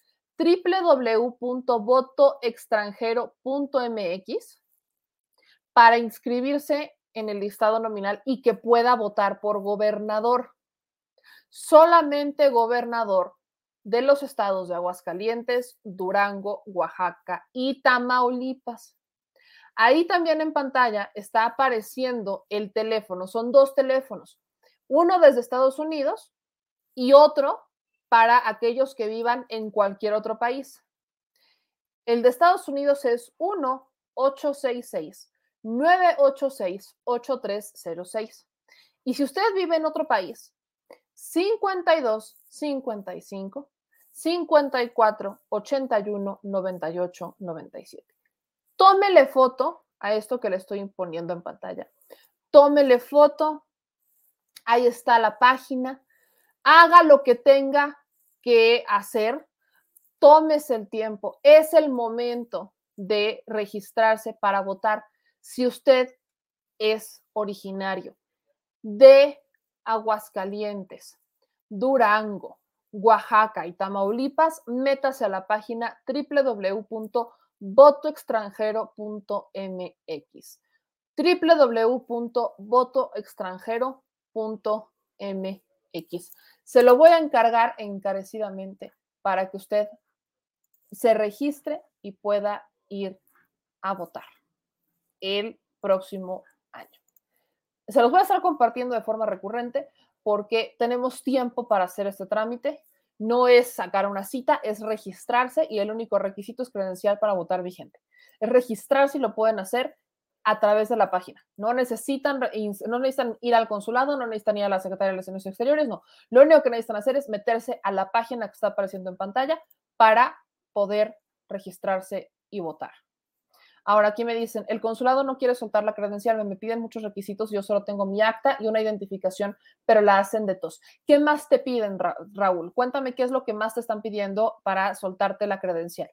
www.votoextranjero.mx para inscribirse en el listado nominal y que pueda votar por gobernador. Solamente gobernador de los estados de Aguascalientes, Durango, Oaxaca y Tamaulipas. Ahí también en pantalla está apareciendo el teléfono. Son 2 teléfonos. Uno desde Estados Unidos y otro para aquellos que vivan en cualquier otro país. El de Estados Unidos es 1-866-986-8306. Y si usted vive en otro país, 52 55 54 81 98 97. Tómele foto a esto que le estoy poniendo en pantalla. Tómele foto. Ahí está la página. Haga lo que tenga que hacer. Tómese el tiempo. Es el momento de registrarse para votar. Si usted es originario de Aguascalientes, Durango, Oaxaca y Tamaulipas, métase a la página www.votoextranjero.mx. www.votoextranjero.mx. Se lo voy a encargar encarecidamente para que usted se registre y pueda ir a votar el próximo año. Se los voy a estar compartiendo de forma recurrente porque tenemos tiempo para hacer este trámite. No es sacar una cita, es registrarse y el único requisito es credencial para votar vigente. Es registrarse y lo pueden hacer a través de la página. No necesitan ir al consulado, no necesitan ir a la Secretaría de Relaciones Exteriores, no. Lo único que necesitan hacer es meterse a la página que está apareciendo en pantalla para poder registrarse y votar. Ahora aquí me dicen, el consulado no quiere soltar la credencial, me piden muchos requisitos, yo solo tengo mi acta y una identificación, pero la hacen de tos. ¿Qué más te piden, Raúl? Cuéntame qué es lo que más te están pidiendo para soltarte la credencial.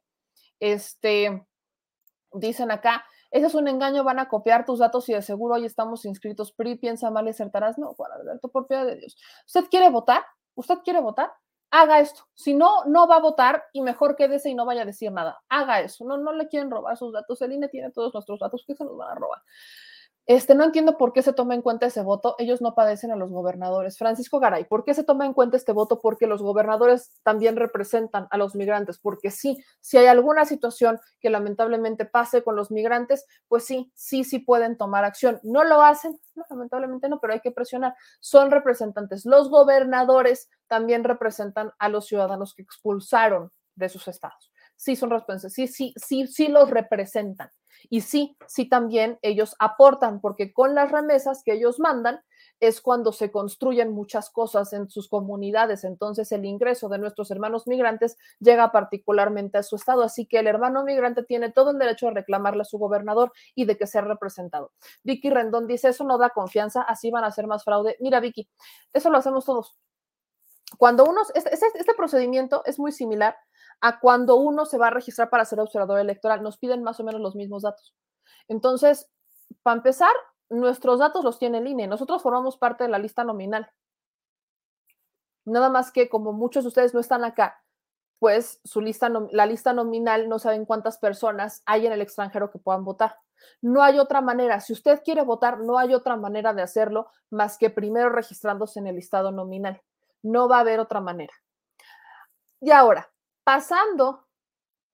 Dicen acá, ese es un engaño, van a copiar tus datos y de seguro hoy estamos inscritos. PRI, piensa mal y acertarás. No, Juan Alberto, por piedad de Dios. ¿Usted quiere votar? ¿Usted quiere votar? Haga esto. Si no, no va a votar y mejor quédese y no vaya a decir nada. Haga eso. No le quieren robar sus datos. El INE tiene todos nuestros datos. ¿Qué se nos van a robar? No entiendo por qué se toma en cuenta ese voto. Ellos no padecen a los gobernadores. Francisco Garay, ¿por qué se toma en cuenta este voto? Porque los gobernadores también representan a los migrantes. Porque sí, si hay alguna situación que lamentablemente pase con los migrantes, pues sí pueden tomar acción. ¿No lo hacen? No, lamentablemente no, pero hay que presionar. Son representantes. Los gobernadores también representan a los ciudadanos que expulsaron de sus estados. Sí son responsables, sí los representan. Y sí también ellos aportan, porque con las remesas que ellos mandan es cuando se construyen muchas cosas en sus comunidades. Entonces el ingreso de nuestros hermanos migrantes llega particularmente a su estado. Así que el hermano migrante tiene todo el derecho de reclamarle a su gobernador y de que sea representado. Vicky Rendón dice, eso no da confianza, así van a hacer más fraude. Mira, Vicky, eso lo hacemos todos. Cuando este procedimiento es muy similar a cuando uno se va a registrar para ser observador electoral, nos piden más o menos los mismos datos. Entonces, para empezar, nuestros datos los tiene el INE, nosotros formamos parte de la lista nominal. Nada más que como muchos de ustedes no están acá, pues la lista nominal no saben cuántas personas hay en el extranjero que puedan votar. No hay otra manera. Si usted quiere votar, no hay otra manera de hacerlo más que primero registrándose en el listado nominal. No va a haber otra manera. Y ahora, pasando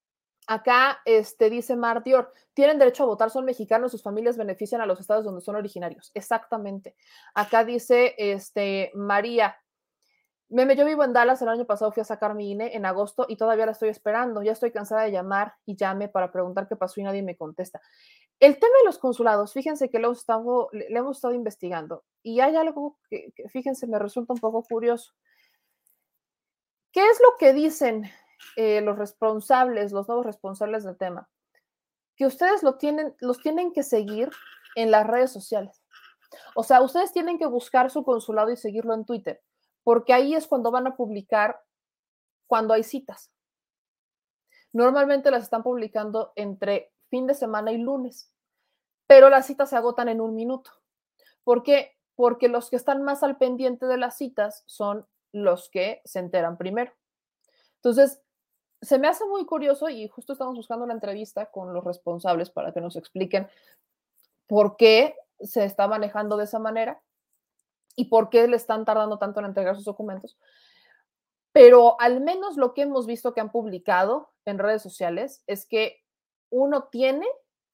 Acá dice Mar Dior, tienen derecho a votar, son mexicanos, sus familias benefician a los estados donde son originarios. Exactamente. Acá dice María, Meme, yo vivo en Dallas, el año pasado fui a sacar mi INE en agosto y todavía la estoy esperando. Ya estoy cansada de llamar y llame para preguntar qué pasó y nadie me contesta. El tema de los consulados, fíjense que le hemos estado investigando y hay algo que fíjense, me resulta un poco curioso. ¿Qué es lo que dicen los responsables, los nuevos responsables del tema? Que ustedes los tienen que seguir en las redes sociales. O sea, ustedes tienen que buscar su consulado y seguirlo en Twitter, porque ahí es cuando van a publicar cuando hay citas. Normalmente las están publicando entre fin de semana y lunes, pero las citas se agotan en 1 minuto. ¿Por qué? Porque los que están más al pendiente de las citas son los que se enteran primero. Entonces, se me hace muy curioso y justo estamos buscando una entrevista con los responsables para que nos expliquen por qué se está manejando de esa manera y por qué le están tardando tanto en entregar sus documentos. Pero al menos lo que hemos visto que han publicado en redes sociales es que uno tiene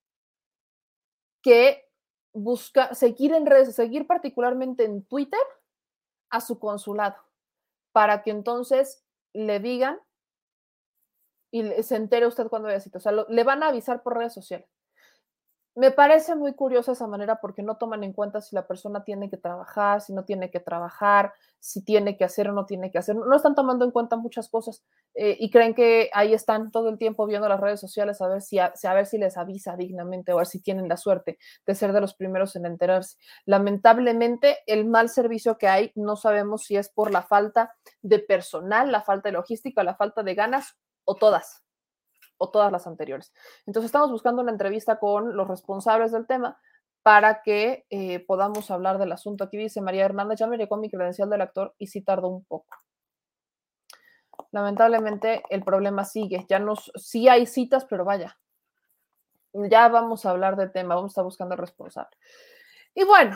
que seguir particularmente en Twitter a su consulado para que entonces le digan y se entere usted cuando haya cita. O sea, le van a avisar por redes sociales. Me parece muy curiosa esa manera porque no toman en cuenta si la persona tiene que trabajar, si no tiene que trabajar, si tiene que hacer o no tiene que hacer. No están tomando en cuenta muchas cosas y creen que ahí están todo el tiempo viendo las redes sociales a ver si les avisa dignamente o a ver si tienen la suerte de ser de los primeros en enterarse. Lamentablemente, el mal servicio que hay, no sabemos si es por la falta de personal, la falta de logística, la falta de ganas o todas las anteriores. Entonces estamos buscando una entrevista con los responsables del tema para que podamos hablar del asunto. Aquí dice María Hernández, ya me llegó mi credencial del actor y sí tardó un poco. Lamentablemente el problema sigue. Sí hay citas, pero vaya, ya vamos a hablar del tema, vamos a estar buscando al responsable. Y bueno,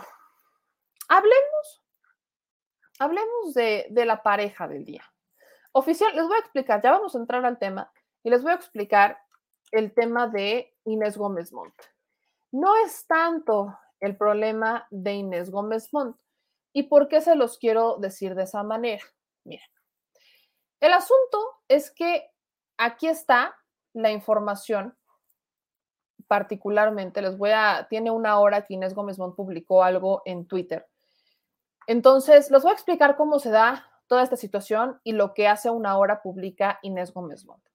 hablemos de la pareja del día. Oficial, les voy a explicar, ya vamos a entrar al tema y les voy a explicar el tema de Inés Gómez Montt. No es tanto el problema de Inés Gómez Montt. ¿Y por qué se los quiero decir de esa manera? Miren, el asunto es que aquí está la información, particularmente, tiene 1 hora que Inés Gómez Montt publicó algo en Twitter. Entonces, les voy a explicar cómo se da toda esta situación y lo que hace 1 hora publica Inés Gómez Montt.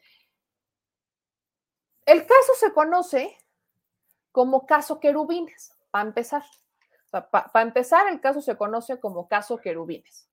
El caso se conoce como caso Querubines, para empezar. O sea, para empezar, el caso se conoce como caso Querubines.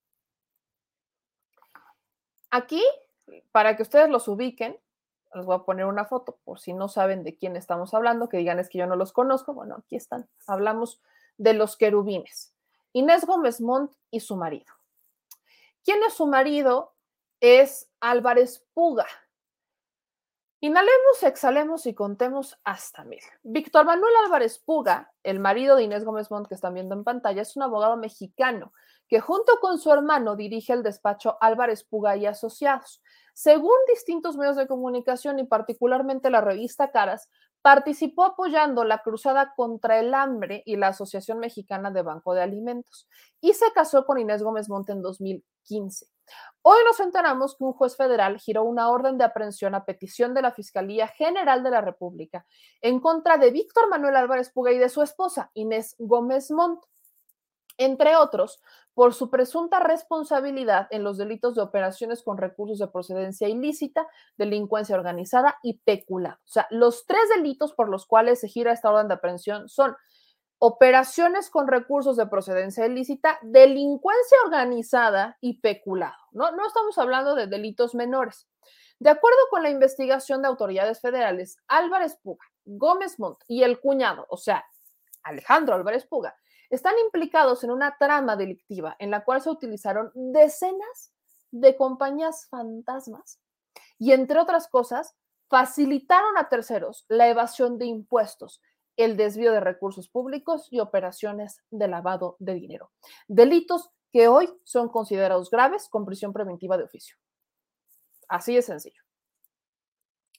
Aquí, para que ustedes los ubiquen, les voy a poner una foto, por si no saben de quién estamos hablando, que digan es que yo no los conozco. Bueno, aquí están. Hablamos de los Querubines. Inés Gómez Montt y su marido. ¿Quién es su marido? Es Álvarez Puga. Inhalemos, exhalemos y contemos hasta 1000. Víctor Manuel Álvarez Puga, el marido de Inés Gómez Montt que están viendo en pantalla, es un abogado mexicano que junto con su hermano dirige el despacho Álvarez Puga y Asociados. Según distintos medios de comunicación y particularmente la revista Caras, participó apoyando la cruzada contra el hambre y la Asociación Mexicana de Banco de Alimentos y se casó con Inés Gómez Montt en 2015. Hoy nos enteramos que un juez federal giró una orden de aprehensión a petición de la Fiscalía General de la República en contra de Víctor Manuel Álvarez Puga y de su esposa, Inés Gómez Montt, entre otros, por su presunta responsabilidad en los delitos de operaciones con recursos de procedencia ilícita, delincuencia organizada y peculado. O sea, los 3 delitos por los cuales se gira esta orden de aprehensión son operaciones con recursos de procedencia ilícita, delincuencia organizada y peculado. No estamos hablando de delitos menores. De acuerdo con la investigación de autoridades federales, Álvarez Puga, Gómez Montt y el cuñado, o sea, Alejandro Álvarez Puga, están implicados en una trama delictiva en la cual se utilizaron decenas de compañías fantasmas y, entre otras cosas, facilitaron a terceros la evasión de impuestos, el desvío de recursos públicos y operaciones de lavado de dinero. Delitos que hoy son considerados graves con prisión preventiva de oficio. Así de sencillo.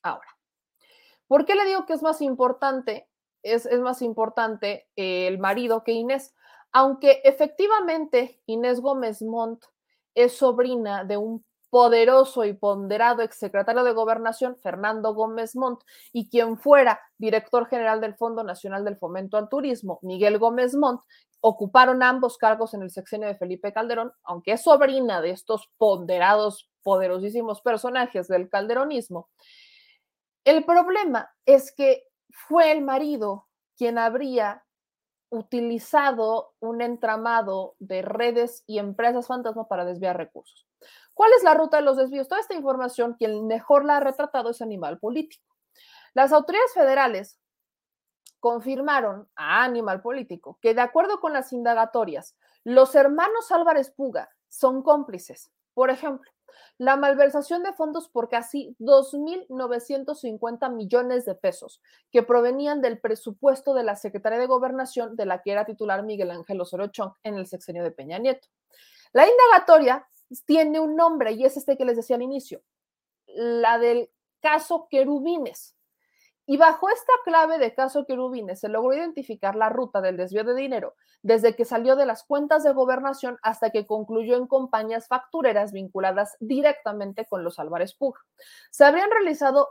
Ahora, ¿por qué le digo que es más importante? Es más importante el marido que Inés. Aunque efectivamente Inés Gómez Montt es sobrina de un poderoso y ponderado exsecretario de Gobernación, Fernando Gómez Montt, y quien fuera director general del Fondo Nacional del Fomento al Turismo, Miguel Gómez Montt, ocuparon ambos cargos en el sexenio de Felipe Calderón, aunque es sobrina de estos ponderados, poderosísimos personajes del calderonismo. El problema es que fue el marido quien habría utilizado un entramado de redes y empresas fantasma para desviar recursos. ¿Cuál es la ruta de los desvíos? Toda esta información, quien mejor la ha retratado es Animal Político. Las autoridades federales confirmaron a Animal Político que, de acuerdo con las indagatorias, los hermanos Álvarez Puga son cómplices. Por ejemplo, la malversación de fondos por casi 2.950 millones de pesos que provenían del presupuesto de la Secretaría de Gobernación, de la que era titular Miguel Ángel Osorio Chong en el sexenio de Peña Nieto. La indagatoria tiene un nombre y es este que les decía al inicio, la del caso Querubines. Y bajo esta clave de caso Querubines se logró identificar la ruta del desvío de dinero desde que salió de las cuentas de Gobernación hasta que concluyó en compañías factureras vinculadas directamente con los Álvarez Puga. Se habrían realizado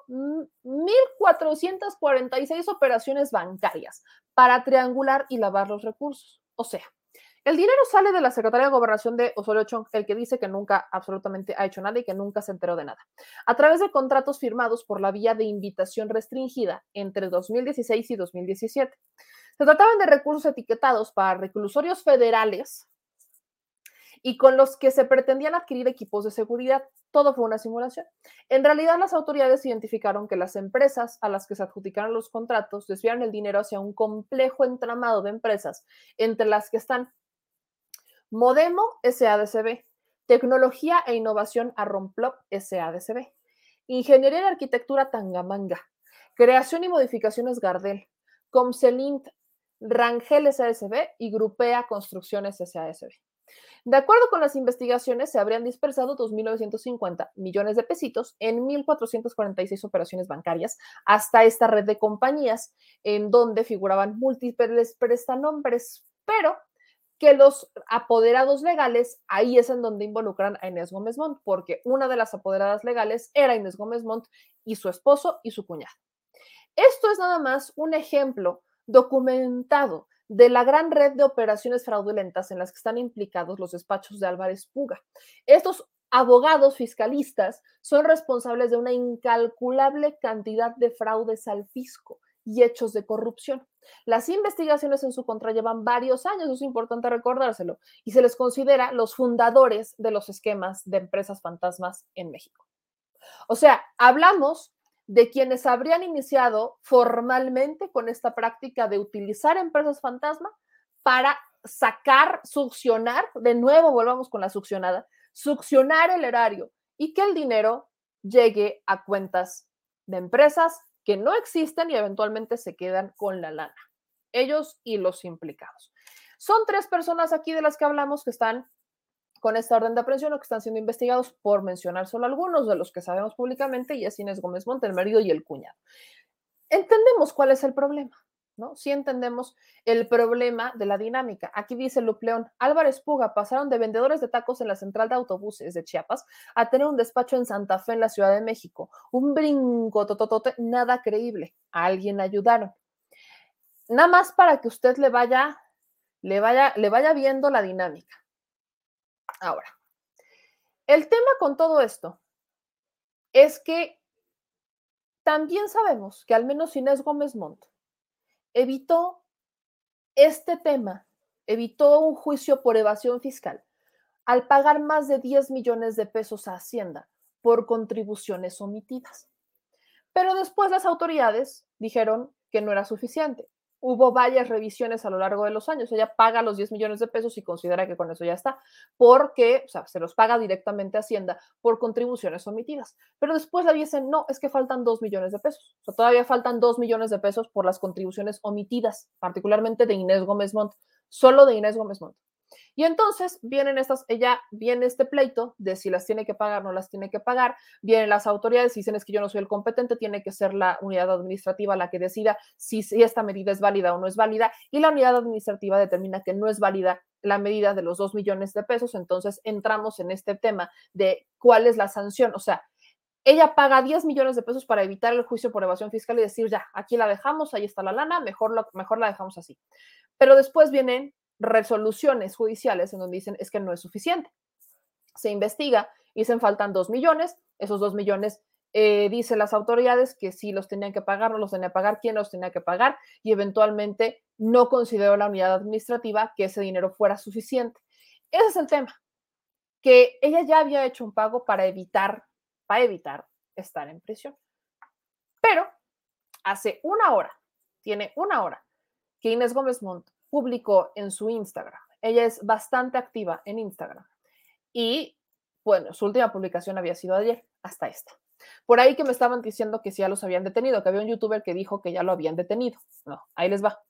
1.446 operaciones bancarias para triangular y lavar los recursos. O sea, el dinero sale de la Secretaría de Gobernación de Osorio Chong, el que dice que nunca absolutamente ha hecho nada y que nunca se enteró de nada, a través de contratos firmados por la vía de invitación restringida entre 2016 y 2017. Se trataban de recursos etiquetados para reclusorios federales y con los que se pretendían adquirir equipos de seguridad. Todo fue una simulación. En realidad, las autoridades identificaron que las empresas a las que se adjudicaron los contratos desviaron el dinero hacia un complejo entramado de empresas, entre las que están Modemo SADCB, Tecnología e Innovación Arromplop SADCB, Ingeniería y Arquitectura Tangamanga, Creación y Modificaciones Gardel, Comcelint, Rangel SADCB y Grupea Construcciones SADCB. De acuerdo con las investigaciones, se habrían dispersado 2.950 millones de pesitos en 1.446 operaciones bancarias hasta esta red de compañías, en donde figuraban múltiples prestanombres, pero que los apoderados legales, ahí es en donde involucran a Inés Gómez Montt, porque una de las apoderadas legales era Inés Gómez Montt y su esposo y su cuñado. Esto es nada más un ejemplo documentado de la gran red de operaciones fraudulentas en las que están implicados los despachos de Álvarez Puga. Estos abogados fiscalistas son responsables de una incalculable cantidad de fraudes al fisco y hechos de corrupción. Las investigaciones en su contra llevan varios años, es importante recordárselo, y se les considera los fundadores de los esquemas de empresas fantasmas en México. O sea, hablamos de quienes habrían iniciado formalmente con esta práctica de utilizar empresas fantasma para sacar, succionar, de nuevo volvamos con la succionada, succionar el erario y que el dinero llegue a cuentas de empresas que no existen y eventualmente se quedan con la lana. Ellos y los implicados. Son 3 personas aquí de las que hablamos que están con esta orden de aprehensión o que están siendo investigados, por mencionar solo algunos de los que sabemos públicamente, y es Inés Gómez Montt, el marido y el cuñado. Entendemos cuál es el problema, ¿no? Sí entendemos el problema de la dinámica. Aquí dice Lupe León, Álvarez Puga pasaron de vendedores de tacos en la central de autobuses de Chiapas a tener un despacho en Santa Fe, en la Ciudad de México. Un brinco tototote, nada creíble. A alguien ayudaron. Nada más para que usted le vaya viendo la dinámica. Ahora, el tema con todo esto es que también sabemos que al menos Inés Gómez Montt evitó este tema, evitó un juicio por evasión fiscal al pagar más de 10 millones de pesos a Hacienda por contribuciones omitidas. Pero después las autoridades dijeron que no era suficiente. Hubo varias revisiones a lo largo de los años. Ella paga los 10 millones de pesos y considera que con eso ya está, porque, o sea, se los paga directamente a Hacienda por contribuciones omitidas. Pero después le dicen, no, es que faltan 2 millones de pesos. O sea, todavía faltan 2 millones de pesos por las contribuciones omitidas, particularmente de Inés Gómez Montt, solo de Inés Gómez Montt. Y entonces viene este pleito de si las tiene que pagar o no las tiene que pagar, vienen las autoridades y dicen es que yo no soy el competente, tiene que ser la unidad administrativa la que decida si esta medida es válida o no es válida, y la unidad administrativa determina que no es válida la medida de los 2 millones de pesos, entonces entramos en este tema de cuál es la sanción, o sea, ella paga 10 millones de pesos para evitar el juicio por evasión fiscal y decir, ya, aquí la dejamos, ahí está la lana, mejor la dejamos así. Pero después vienen resoluciones judiciales en donde dicen es que no es suficiente. Se investiga y dicen faltan 2 millones, esos 2 millones dicen las autoridades que sí los tenían que pagar, no los tenía que pagar, quién los tenía que pagar y eventualmente no consideró la unidad administrativa que ese dinero fuera suficiente. Ese es el tema, que ella ya había hecho un pago para evitar estar en prisión. Pero hace tiene una hora, que Inés Gómez Montt publicó en su Instagram. Ella es bastante activa en Instagram. Y, bueno, su última publicación había sido ayer, hasta esta. Por ahí que me estaban diciendo que sí ya los habían detenido, que había un youtuber que dijo que ya lo habían detenido. No, ahí les va.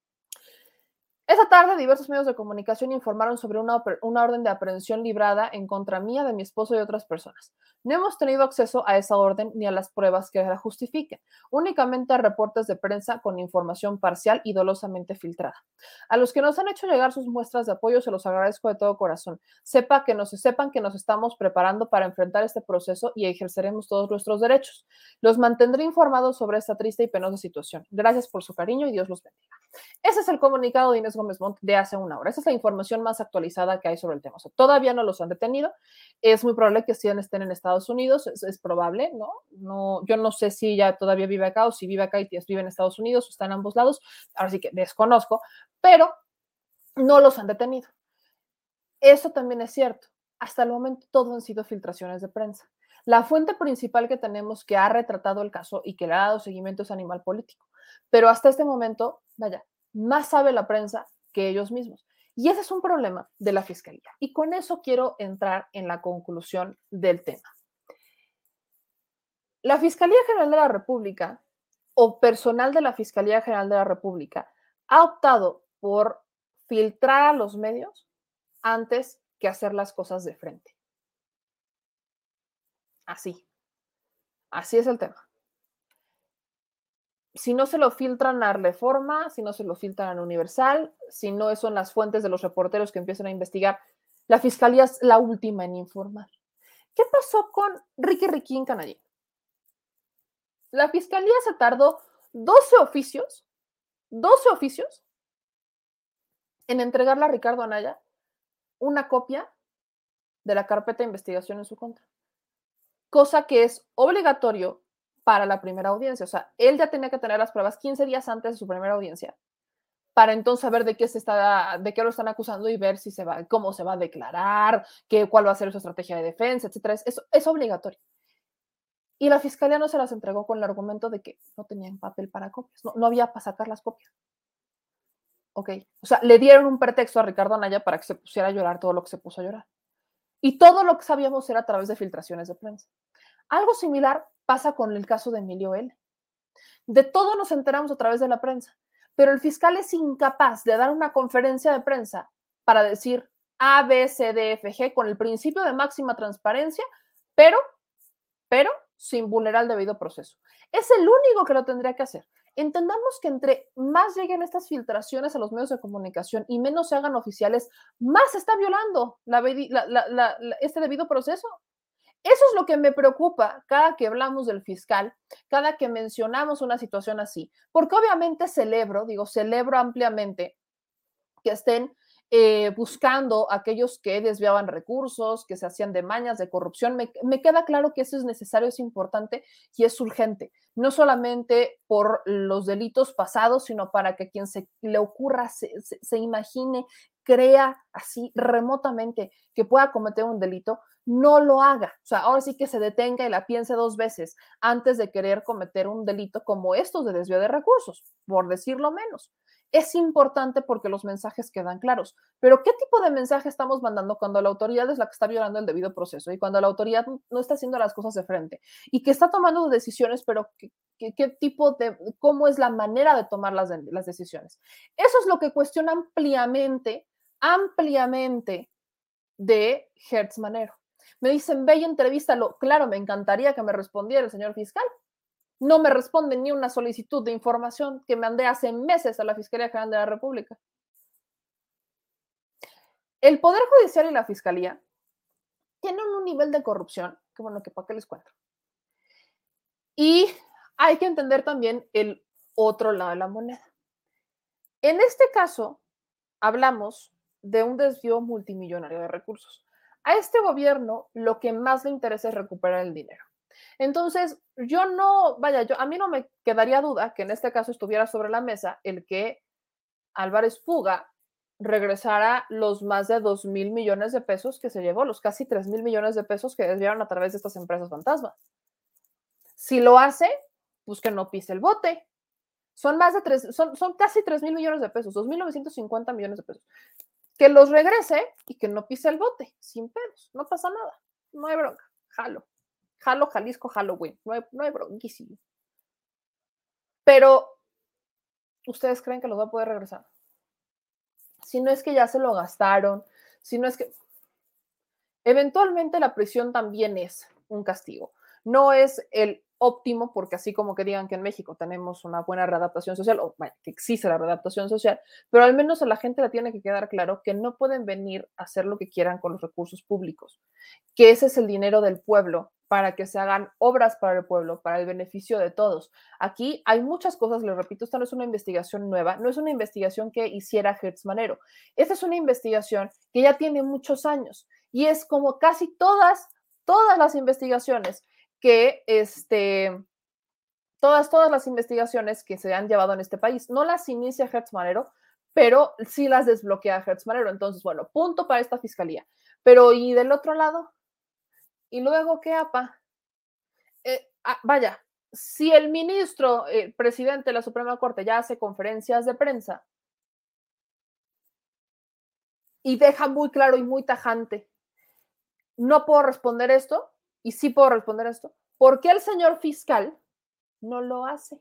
Esa tarde, diversos medios de comunicación informaron sobre una orden de aprehensión librada en contra mía, de mi esposo y otras personas. No hemos tenido acceso a esa orden ni a las pruebas que la justifiquen, únicamente a reportes de prensa con información parcial y dolosamente filtrada. A los que nos han hecho llegar sus muestras de apoyo se los agradezco de todo corazón. Sepan que nos estamos preparando para enfrentar este proceso y ejerceremos todos nuestros derechos. Los mantendré informados sobre esta triste y penosa situación. Gracias por su cariño y Dios los bendiga. Ese es el comunicado de Inés Gómez Montt de hace una hora. Esa es la información más actualizada que hay sobre el tema. O sea, todavía no los han detenido. Es muy probable que estén en Estados Unidos. Es probable, ¿no? Yo no sé si ella todavía vive acá o si vive acá y vive en Estados Unidos o está en ambos lados. Ahora sí que desconozco, pero no los han detenido. Eso también es cierto. Hasta el momento todo han sido filtraciones de prensa. La fuente principal que tenemos que ha retratado el caso y que le ha dado seguimiento es Animal Político. Pero hasta este momento, vaya, más sabe la prensa que ellos mismos. Y ese es un problema de la Fiscalía. Y con eso quiero entrar en la conclusión del tema. La Fiscalía General de la República o personal de la Fiscalía General de la República ha optado por filtrar a los medios antes que hacer las cosas de frente. Así es el tema. Si no se lo filtran a Reforma, si no se lo filtran a Universal, si no son las fuentes de los reporteros que empiezan a investigar, la Fiscalía es la última en informar. ¿Qué pasó con Ricky Riquín Canallín? La Fiscalía se tardó 12 oficios en entregarle a Ricardo Anaya una copia de la carpeta de investigación en su contra, cosa que es obligatorio para la primera audiencia. O sea, él ya tenía que tener las pruebas 15 días antes de su primera audiencia para entonces saber de qué lo están acusando y ver cómo se va a declarar, cuál va a ser su estrategia de defensa, etcétera. Eso es obligatorio. Y la Fiscalía no se las entregó con el argumento de que no tenían papel para copias, no había para sacar las copias. Ok, o sea, le dieron un pretexto a Ricardo Anaya para que se pusiera a llorar todo lo que se puso a llorar. Y todo lo que sabíamos era a través de filtraciones de prensa. Algo similar pasa con el caso de Emilio L. De todo nos enteramos a través de la prensa, pero el fiscal es incapaz de dar una conferencia de prensa para decir A, B, C, D, F, G con el principio de máxima transparencia, pero sin vulnerar el debido proceso. Es el único que lo tendría que hacer. Entendamos que entre más lleguen estas filtraciones a los medios de comunicación y menos se hagan oficiales, más se está violando este debido proceso. Eso es lo que me preocupa cada que hablamos del fiscal, cada que mencionamos una situación así, porque obviamente celebro ampliamente que estén buscando a aquellos que desviaban recursos, que se hacían de mañas, de corrupción. Me queda claro que eso es necesario, es importante y es urgente, no solamente por los delitos pasados, sino para que quien se le ocurra, se imagine, crea así remotamente que pueda cometer un delito, no lo haga. O sea, ahora sí que se detenga y la piense 2 veces antes de querer cometer un delito como estos de desvío de recursos, por decirlo menos. Es importante porque los mensajes quedan claros. Pero ¿qué tipo de mensaje estamos mandando cuando la autoridad es la que está violando el debido proceso y cuando la autoridad no está haciendo las cosas de frente y que está tomando decisiones, pero cómo es la manera de tomar las decisiones? Eso es lo que cuestiona ampliamente ampliamente de Hertz Manero. Me dicen, ve y entrevístalo. Claro, me encantaría que me respondiera el señor fiscal. No me responde ni una solicitud de información que mandé hace meses a la Fiscalía General de la República. El Poder Judicial y la Fiscalía tienen un nivel de corrupción que, bueno, que para qué les cuento. Y hay que entender también el otro lado de la moneda. En este caso, hablamos de un desvío multimillonario de recursos. A este gobierno lo que más le interesa es recuperar el dinero. Entonces, a mí no me quedaría duda que en este caso estuviera sobre la mesa el que Álvarez Puga regresara los más de 2,000 millones de pesos que se llevó, los casi 3,000 millones de pesos que desviaron a través de estas empresas fantasma. Si lo hace, pues que no pise el bote. Son casi 3,000 millones de pesos, 2,950 millones de pesos. Que los regrese y que no pise el bote, sin pedos, no pasa nada, no hay bronca, jalo, Jalisco, Halloween, no hay bronquísimo. Pero, ¿ustedes creen que los va a poder regresar? Si no es que ya se lo gastaron, si no es que... Eventualmente la prisión también es un castigo. No es el óptimo, porque así como que digan que en México tenemos una buena readaptación social, o bueno, que existe la readaptación social, pero al menos a la gente le tiene que quedar claro que no pueden venir a hacer lo que quieran con los recursos públicos, que ese es el dinero del pueblo para que se hagan obras para el pueblo, para el beneficio de todos. Aquí hay muchas cosas, les repito, esta no es una investigación nueva, no es una investigación que hiciera Hertz Manero, esta es una investigación que ya tiene muchos años y es como casi todas las investigaciones que todas las investigaciones que se han llevado en este país. No las inicia Hertz Manero, pero sí las desbloquea Hertz Manero. Entonces, bueno, punto para esta fiscalía. Pero, ¿y del otro lado? ¿Y luego qué, apa? Vaya, si el ministro, presidente de la Suprema Corte ya hace conferencias de prensa y deja muy claro y muy tajante, no puedo responder esto, y sí puedo responder esto, ¿por qué el señor fiscal no lo hace?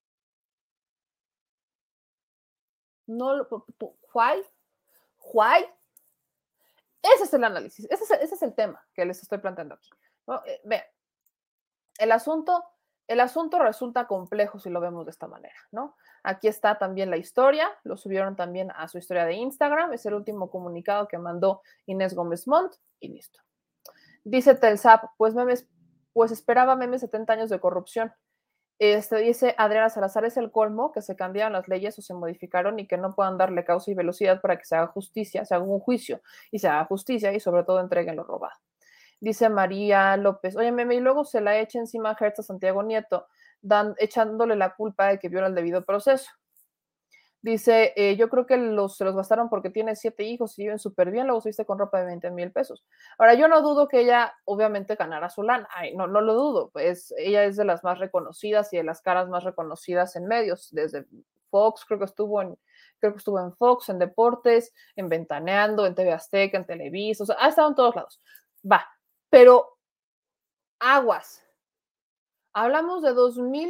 No lo, ¿why? ¿Why? Ese es el análisis, ese es el tema que les estoy planteando aquí. ¿No? Vean, el asunto resulta complejo si lo vemos de esta manera, ¿no? Aquí está también la historia, lo subieron también a su historia de Instagram, es el último comunicado que mandó Inés Gómez Montt y listo. Dice Telsap, pues esperaba memes 70 años de corrupción. Dice Adriana Salazar, es el colmo que se cambiaron las leyes o se modificaron y que no puedan darle causa y velocidad para que se haga justicia, se haga un juicio y se haga justicia y sobre todo entreguen lo robado. Dice María López, oye, meme, y luego se la echa encima a Hertz a Santiago Nieto, echándole la culpa de que viola el debido proceso. Dice, yo creo que se los gastaron porque tiene 7 hijos y viven súper bien, luego se viste con ropa de 20,000 pesos. Ahora, yo no dudo que ella obviamente ganara su lana, no lo dudo, pues ella es de las más reconocidas y de las caras más reconocidas en medios, desde Fox, creo que estuvo en Fox, en Deportes, en Ventaneando, en TV Azteca, en Televisa, o sea, ha estado en todos lados. Va, pero aguas. Hablamos de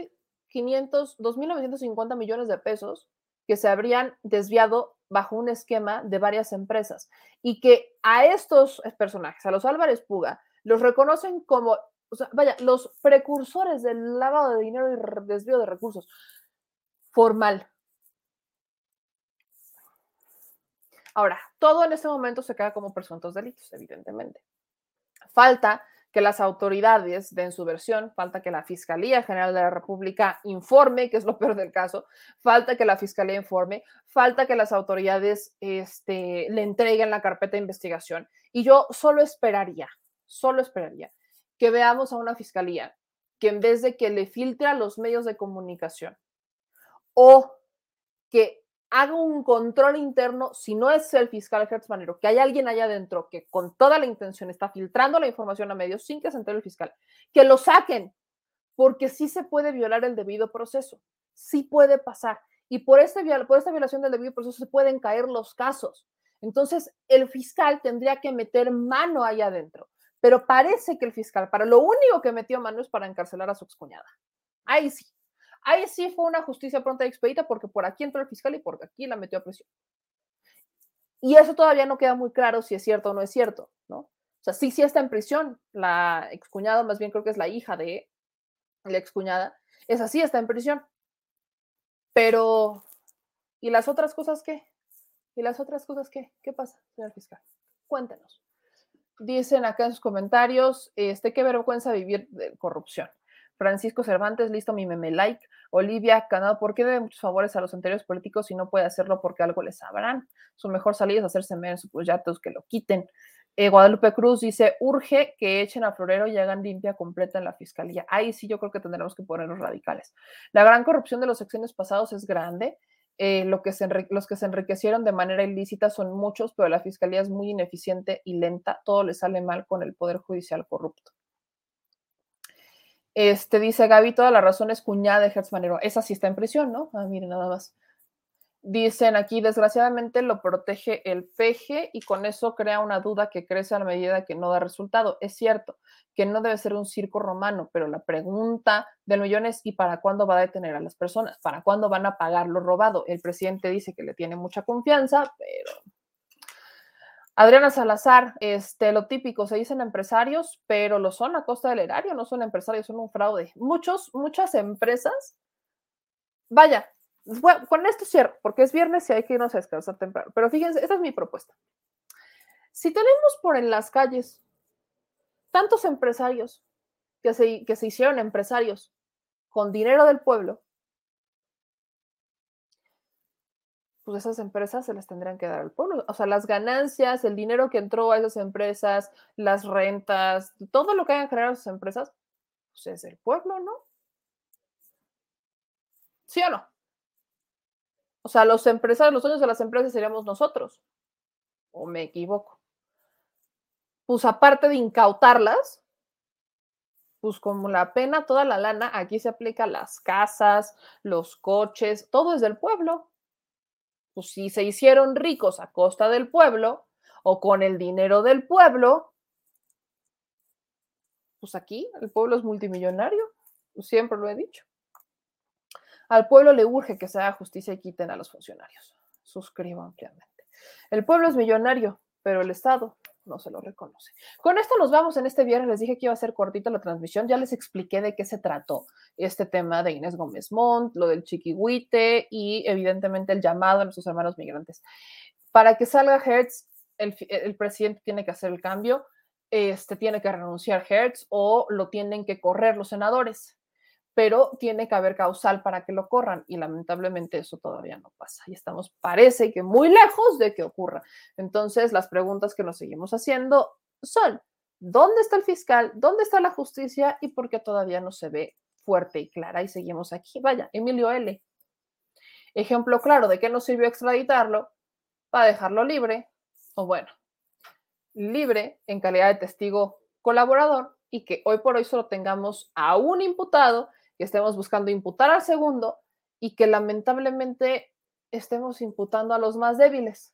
2,950 millones de pesos que se habrían desviado bajo un esquema de varias empresas y que a estos personajes, a los Álvarez Puga, los reconocen como, o sea, vaya, los precursores del lavado de dinero y desvío de recursos formal. Ahora, todo en este momento se queda como presuntos delitos, evidentemente. Falta que las autoridades den su versión, falta que la Fiscalía General de la República informe, que es lo peor del caso, falta que la Fiscalía informe, falta que las autoridades le entreguen la carpeta de investigación. Y yo solo esperaría que veamos a una Fiscalía que en vez de que le filtre a los medios de comunicación o que haga un control interno, si no es el fiscal Hertz Manero, que hay alguien allá adentro que con toda la intención está filtrando la información a medios sin que se entere el fiscal, que lo saquen, porque sí se puede violar el debido proceso, sí puede pasar, y por esta violación del debido proceso se pueden caer los casos. Entonces, el fiscal tendría que meter mano ahí adentro, pero parece que el fiscal, para lo único que metió mano es para encarcelar a su excuñada. Ahí sí fue una justicia pronta y expedita porque por aquí entró el fiscal y por aquí la metió a presión. Y eso todavía no queda muy claro si es cierto o no es cierto, ¿no? O sea, sí está en prisión. La excuñada, más bien creo que es la hija de la excuñada, esa sí está en prisión. Pero, ¿y las otras cosas qué? ¿Y las otras cosas qué? ¿Qué pasa, señor fiscal? Cuéntenos. Dicen acá en sus comentarios, qué vergüenza vivir de corrupción. Francisco Cervantes, listo mi meme like. Olivia Canado, ¿por qué debe muchos favores a los anteriores políticos y no puede hacerlo porque algo les sabrán? Su mejor salida es hacerse menso, pues ya todos que lo quiten. Guadalupe Cruz dice, urge que echen a Florero y hagan limpia completa en la fiscalía. Ahí sí yo creo que tendremos que ponernos radicales. La gran corrupción de los sexenios pasados es grande. Los que se enriquecieron de manera ilícita son muchos, pero la fiscalía es muy ineficiente y lenta. Todo le sale mal con el poder judicial corrupto. Dice Gaby, toda la razón es cuñada de Hertz Manero. Esa sí está en prisión, ¿no? Ah, miren, nada más. Dicen aquí, desgraciadamente lo protege el peje y con eso crea una duda que crece a la medida que no da resultado. Es cierto que no debe ser un circo romano, pero la pregunta del millón es ¿y para cuándo va a detener a las personas? ¿Para cuándo van a pagar lo robado? El presidente dice que le tiene mucha confianza, pero... Adriana Salazar, lo típico, se dicen empresarios, pero lo son a costa del erario, no son empresarios, son un fraude. Muchas empresas, vaya, bueno, con esto cierro, porque es viernes y hay que irnos a descansar temprano. Pero fíjense, esta es mi propuesta. Si tenemos por en las calles tantos empresarios que se hicieron empresarios con dinero del pueblo, pues esas empresas se las tendrían que dar al pueblo. O sea, las ganancias, el dinero que entró a esas empresas, las rentas, todo lo que hayan generado esas empresas, pues es del pueblo, ¿no? ¿Sí o no? O sea, los empresarios, los dueños de las empresas seríamos nosotros. ¿O me equivoco? Pues aparte de incautarlas, pues como la pena, toda la lana, aquí se aplica las casas, los coches, todo es del pueblo. Pues si se hicieron ricos a costa del pueblo o con el dinero del pueblo, pues aquí el pueblo es multimillonario, pues siempre lo he dicho. Al pueblo le urge que se haga justicia y quiten a los funcionarios. Suscribo ampliamente. El pueblo es millonario, pero el Estado no se lo reconoce. Con esto nos vamos en este viernes. Les dije que iba a ser cortita la transmisión. Ya les expliqué de qué se trató este tema de Inés Gómez Montt, lo del chiquihuite y evidentemente el llamado a nuestros hermanos migrantes. Para que salga Hertz, el presidente tiene que hacer el cambio, tiene que renunciar Hertz o lo tienen que correr los senadores. Pero tiene que haber causal para que lo corran y lamentablemente eso todavía no pasa y estamos, parece que muy lejos de que ocurra. Entonces las preguntas que nos seguimos haciendo son, ¿dónde está el fiscal? ¿Dónde está la justicia? ¿Y por qué todavía no se ve fuerte y clara? Y seguimos aquí. Vaya, Emilio L. Ejemplo claro de qué nos sirvió extraditarlo para dejarlo libre, o bueno, libre en calidad de testigo colaborador y que hoy por hoy solo tengamos a un imputado, que estemos buscando imputar al segundo y que lamentablemente estemos imputando a los más débiles.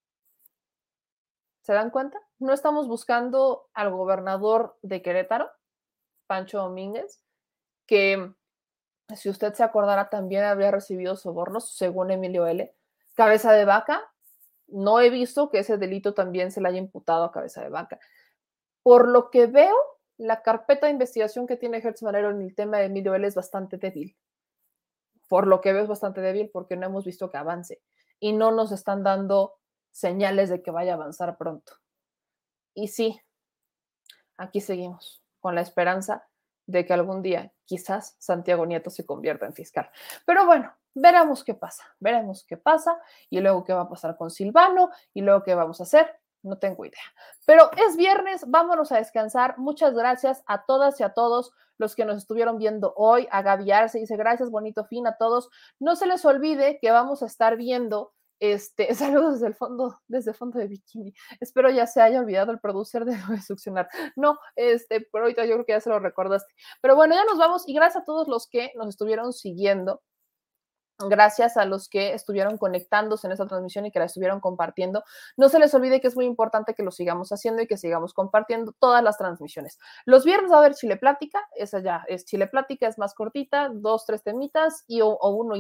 ¿Se dan cuenta? No estamos buscando al gobernador de Querétaro, Pancho Domínguez, que si usted se acordara también habría recibido sobornos, según Emilio L. Cabeza de Vaca, no he visto que ese delito también se le haya imputado a Cabeza de Vaca. Por lo que veo, la carpeta de investigación que tiene Hertz Manero en el tema de Emilio L. es bastante débil. Por lo que veo es bastante débil porque no hemos visto que avance y no nos están dando señales de que vaya a avanzar pronto. Y sí, aquí seguimos con la esperanza de que algún día quizás Santiago Nieto se convierta en fiscal. Pero bueno, veremos qué pasa y luego qué va a pasar con Silvano y luego qué vamos a hacer. No tengo idea. Pero es viernes, vámonos a descansar. Muchas gracias a todas y a todos los que nos estuvieron viendo hoy. A Gaby Arce dice gracias, bonito fin a todos. No se les olvide que vamos a estar viendo, saludos desde el fondo de bikini. Espero ya se haya olvidado el producer de succionar. No, pero ahorita yo creo que ya se lo recordaste. Pero bueno, ya nos vamos y gracias a todos los que nos estuvieron siguiendo. Gracias a los que estuvieron conectándose en esta transmisión y que la estuvieron compartiendo. No se les olvide que es muy importante que lo sigamos haciendo y que sigamos compartiendo todas las transmisiones. Los viernes va a haber Chile Plática, esa ya es Chile Plática, es más cortita, 2, 3 temitas o uno y ya.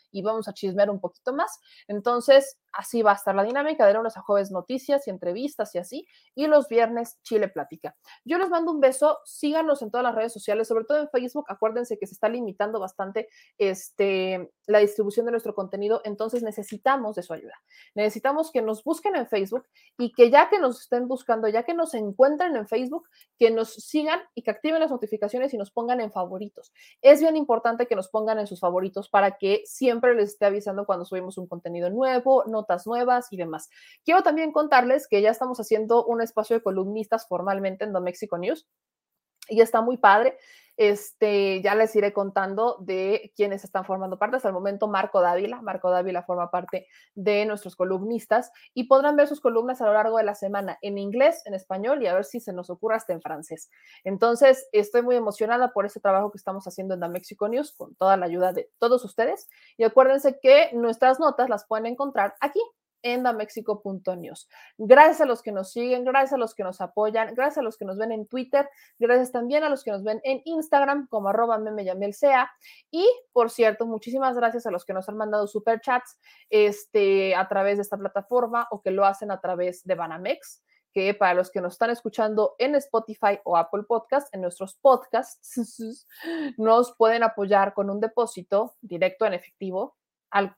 y vamos a chismear un poquito más. Entonces, así va a estar la dinámica, de lunes a jueves noticias y entrevistas y así, y los viernes Chile Plática. Yo les mando un beso, síganos en todas las redes sociales, sobre todo en Facebook. Acuérdense que se está limitando bastante la distribución de nuestro contenido, entonces necesitamos de su ayuda. Necesitamos que nos busquen en Facebook y que ya que nos estén buscando, ya que nos encuentren en Facebook, que nos sigan y que activen las notificaciones y nos pongan en favoritos. Es bien importante que nos pongan en sus favoritos para que siempre les esté avisando cuando subimos un contenido nuevo, notas nuevas y demás. Quiero también contarles que ya estamos haciendo un espacio de columnistas formalmente en The Mexico News y está muy padre. Ya les iré contando de quiénes están formando parte. Hasta el momento, Marco Dávila forma parte de nuestros columnistas y podrán ver sus columnas a lo largo de la semana en inglés, en español y a ver si se nos ocurre hasta en francés. Entonces, estoy muy emocionada por ese trabajo que estamos haciendo en The Mexico News con toda la ayuda de todos ustedes. Y acuérdense que nuestras notas las pueden encontrar aquí en damexico.news. Gracias a los que nos siguen, gracias a los que nos apoyan, gracias a los que nos ven en Twitter, gracias también a los que nos ven en Instagram como @memeyamelsea. Y, por cierto, muchísimas gracias a los que nos han mandado superchats a través de esta plataforma o que lo hacen a través de Banamex, que para los que nos están escuchando en Spotify o Apple Podcast, en nuestros podcasts, nos pueden apoyar con un depósito directo en efectivo al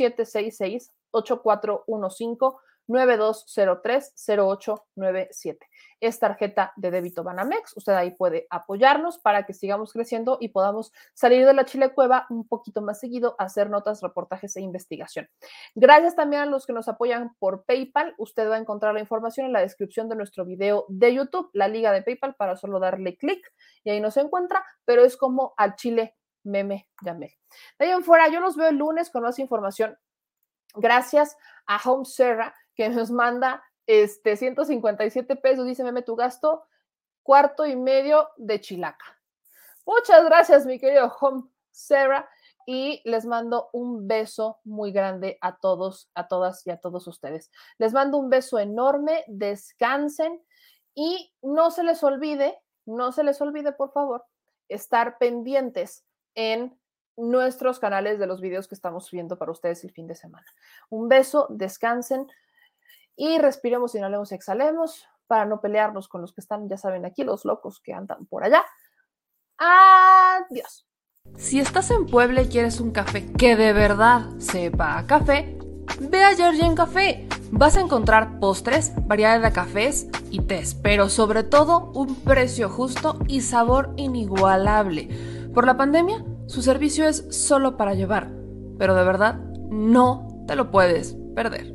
4766-8415-9203-0897. Es tarjeta de débito Banamex. Usted ahí puede apoyarnos para que sigamos creciendo y podamos salir de la Chilecueva un poquito más seguido a hacer notas, reportajes e investigación. Gracias también a los que nos apoyan por PayPal. Usted va a encontrar la información en la descripción de nuestro video de YouTube, la liga de PayPal, para solo darle clic y ahí nos encuentra, pero es como al Chile Meme Yamel. De ahí en fuera, yo los veo el lunes con más información. Gracias a Home Serra, que nos manda 157 pesos. Dice, Meme, tu gasto, 1/4 de chilaca. Muchas gracias, mi querido Home Serra. Y les mando un beso muy grande a todos, a todas y a todos ustedes. Les mando un beso enorme. Descansen y no se les olvide, por favor, estar pendientes en nuestros canales de los videos que estamos subiendo para ustedes el fin de semana. Un beso, descansen y respiremos, inhalemos y exhalemos para no pelearnos con los que están, ya saben, aquí, los locos que andan por allá. Adiós. Si estás en Puebla y quieres un café que de verdad sepa a café, ve a Georgian Café. Vas a encontrar postres, variedad de cafés y tés, pero sobre todo un precio justo y sabor inigualable. Por la pandemia, su servicio es solo para llevar, pero de verdad no te lo puedes perder.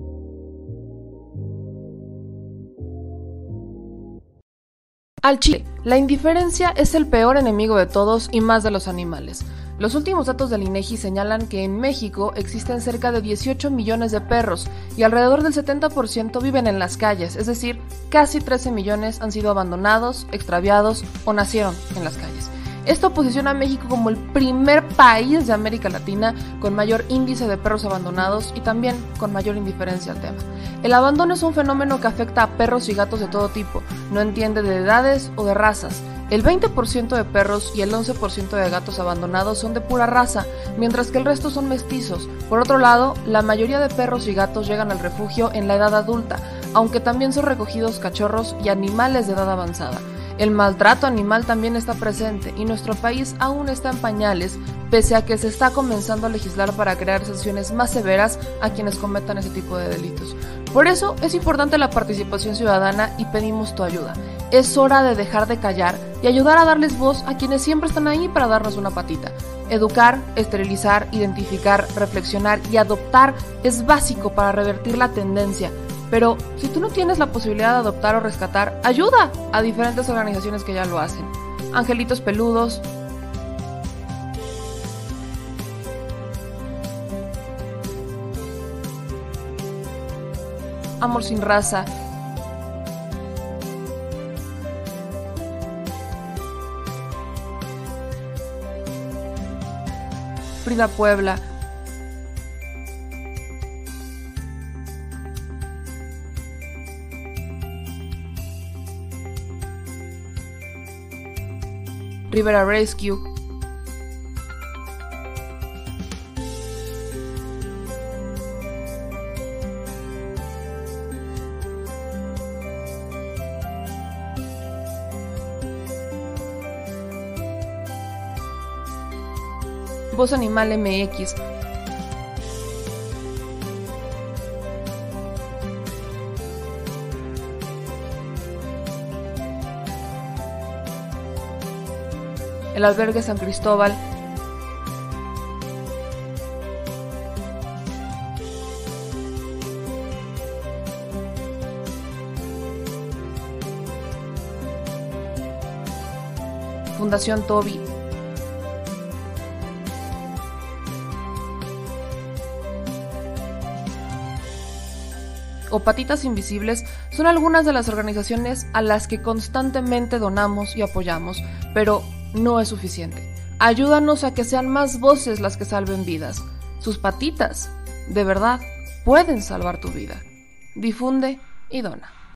Al chile, la indiferencia es el peor enemigo de todos y más de los animales. Los últimos datos del INEGI señalan que en México existen cerca de 18 millones de perros y alrededor del 70% viven en las calles, es decir, casi 13 millones han sido abandonados, extraviados o nacieron en las calles. Esto posiciona a México como el primer país de América Latina con mayor índice de perros abandonados y también con mayor indiferencia al tema. El abandono es un fenómeno que afecta a perros y gatos de todo tipo, no entiende de edades o de razas. El 20% de perros y el 11% de gatos abandonados son de pura raza, mientras que el resto son mestizos. Por otro lado, la mayoría de perros y gatos llegan al refugio en la edad adulta, aunque también son recogidos cachorros y animales de edad avanzada. El maltrato animal también está presente y nuestro país aún está en pañales, pese a que se está comenzando a legislar para crear sanciones más severas a quienes cometan ese tipo de delitos. Por eso es importante la participación ciudadana y pedimos tu ayuda. Es hora de dejar de callar y ayudar a darles voz a quienes siempre están ahí para darnos una patita. Educar, esterilizar, identificar, reflexionar y adoptar es básico para revertir la tendencia. Pero si tú no tienes la posibilidad de adoptar o rescatar, ayuda a diferentes organizaciones que ya lo hacen. Angelitos Peludos, Amor Sin Raza, Frida Puebla, Rivera Rescue, Voz Animal MX. El Albergue San Cristóbal. Fundación Toby. O Patitas Invisibles son algunas de las organizaciones a las que constantemente donamos y apoyamos, pero no es suficiente. Ayúdanos a que sean más voces las que salven vidas. Sus patitas, de verdad, pueden salvar tu vida. Difunde y dona.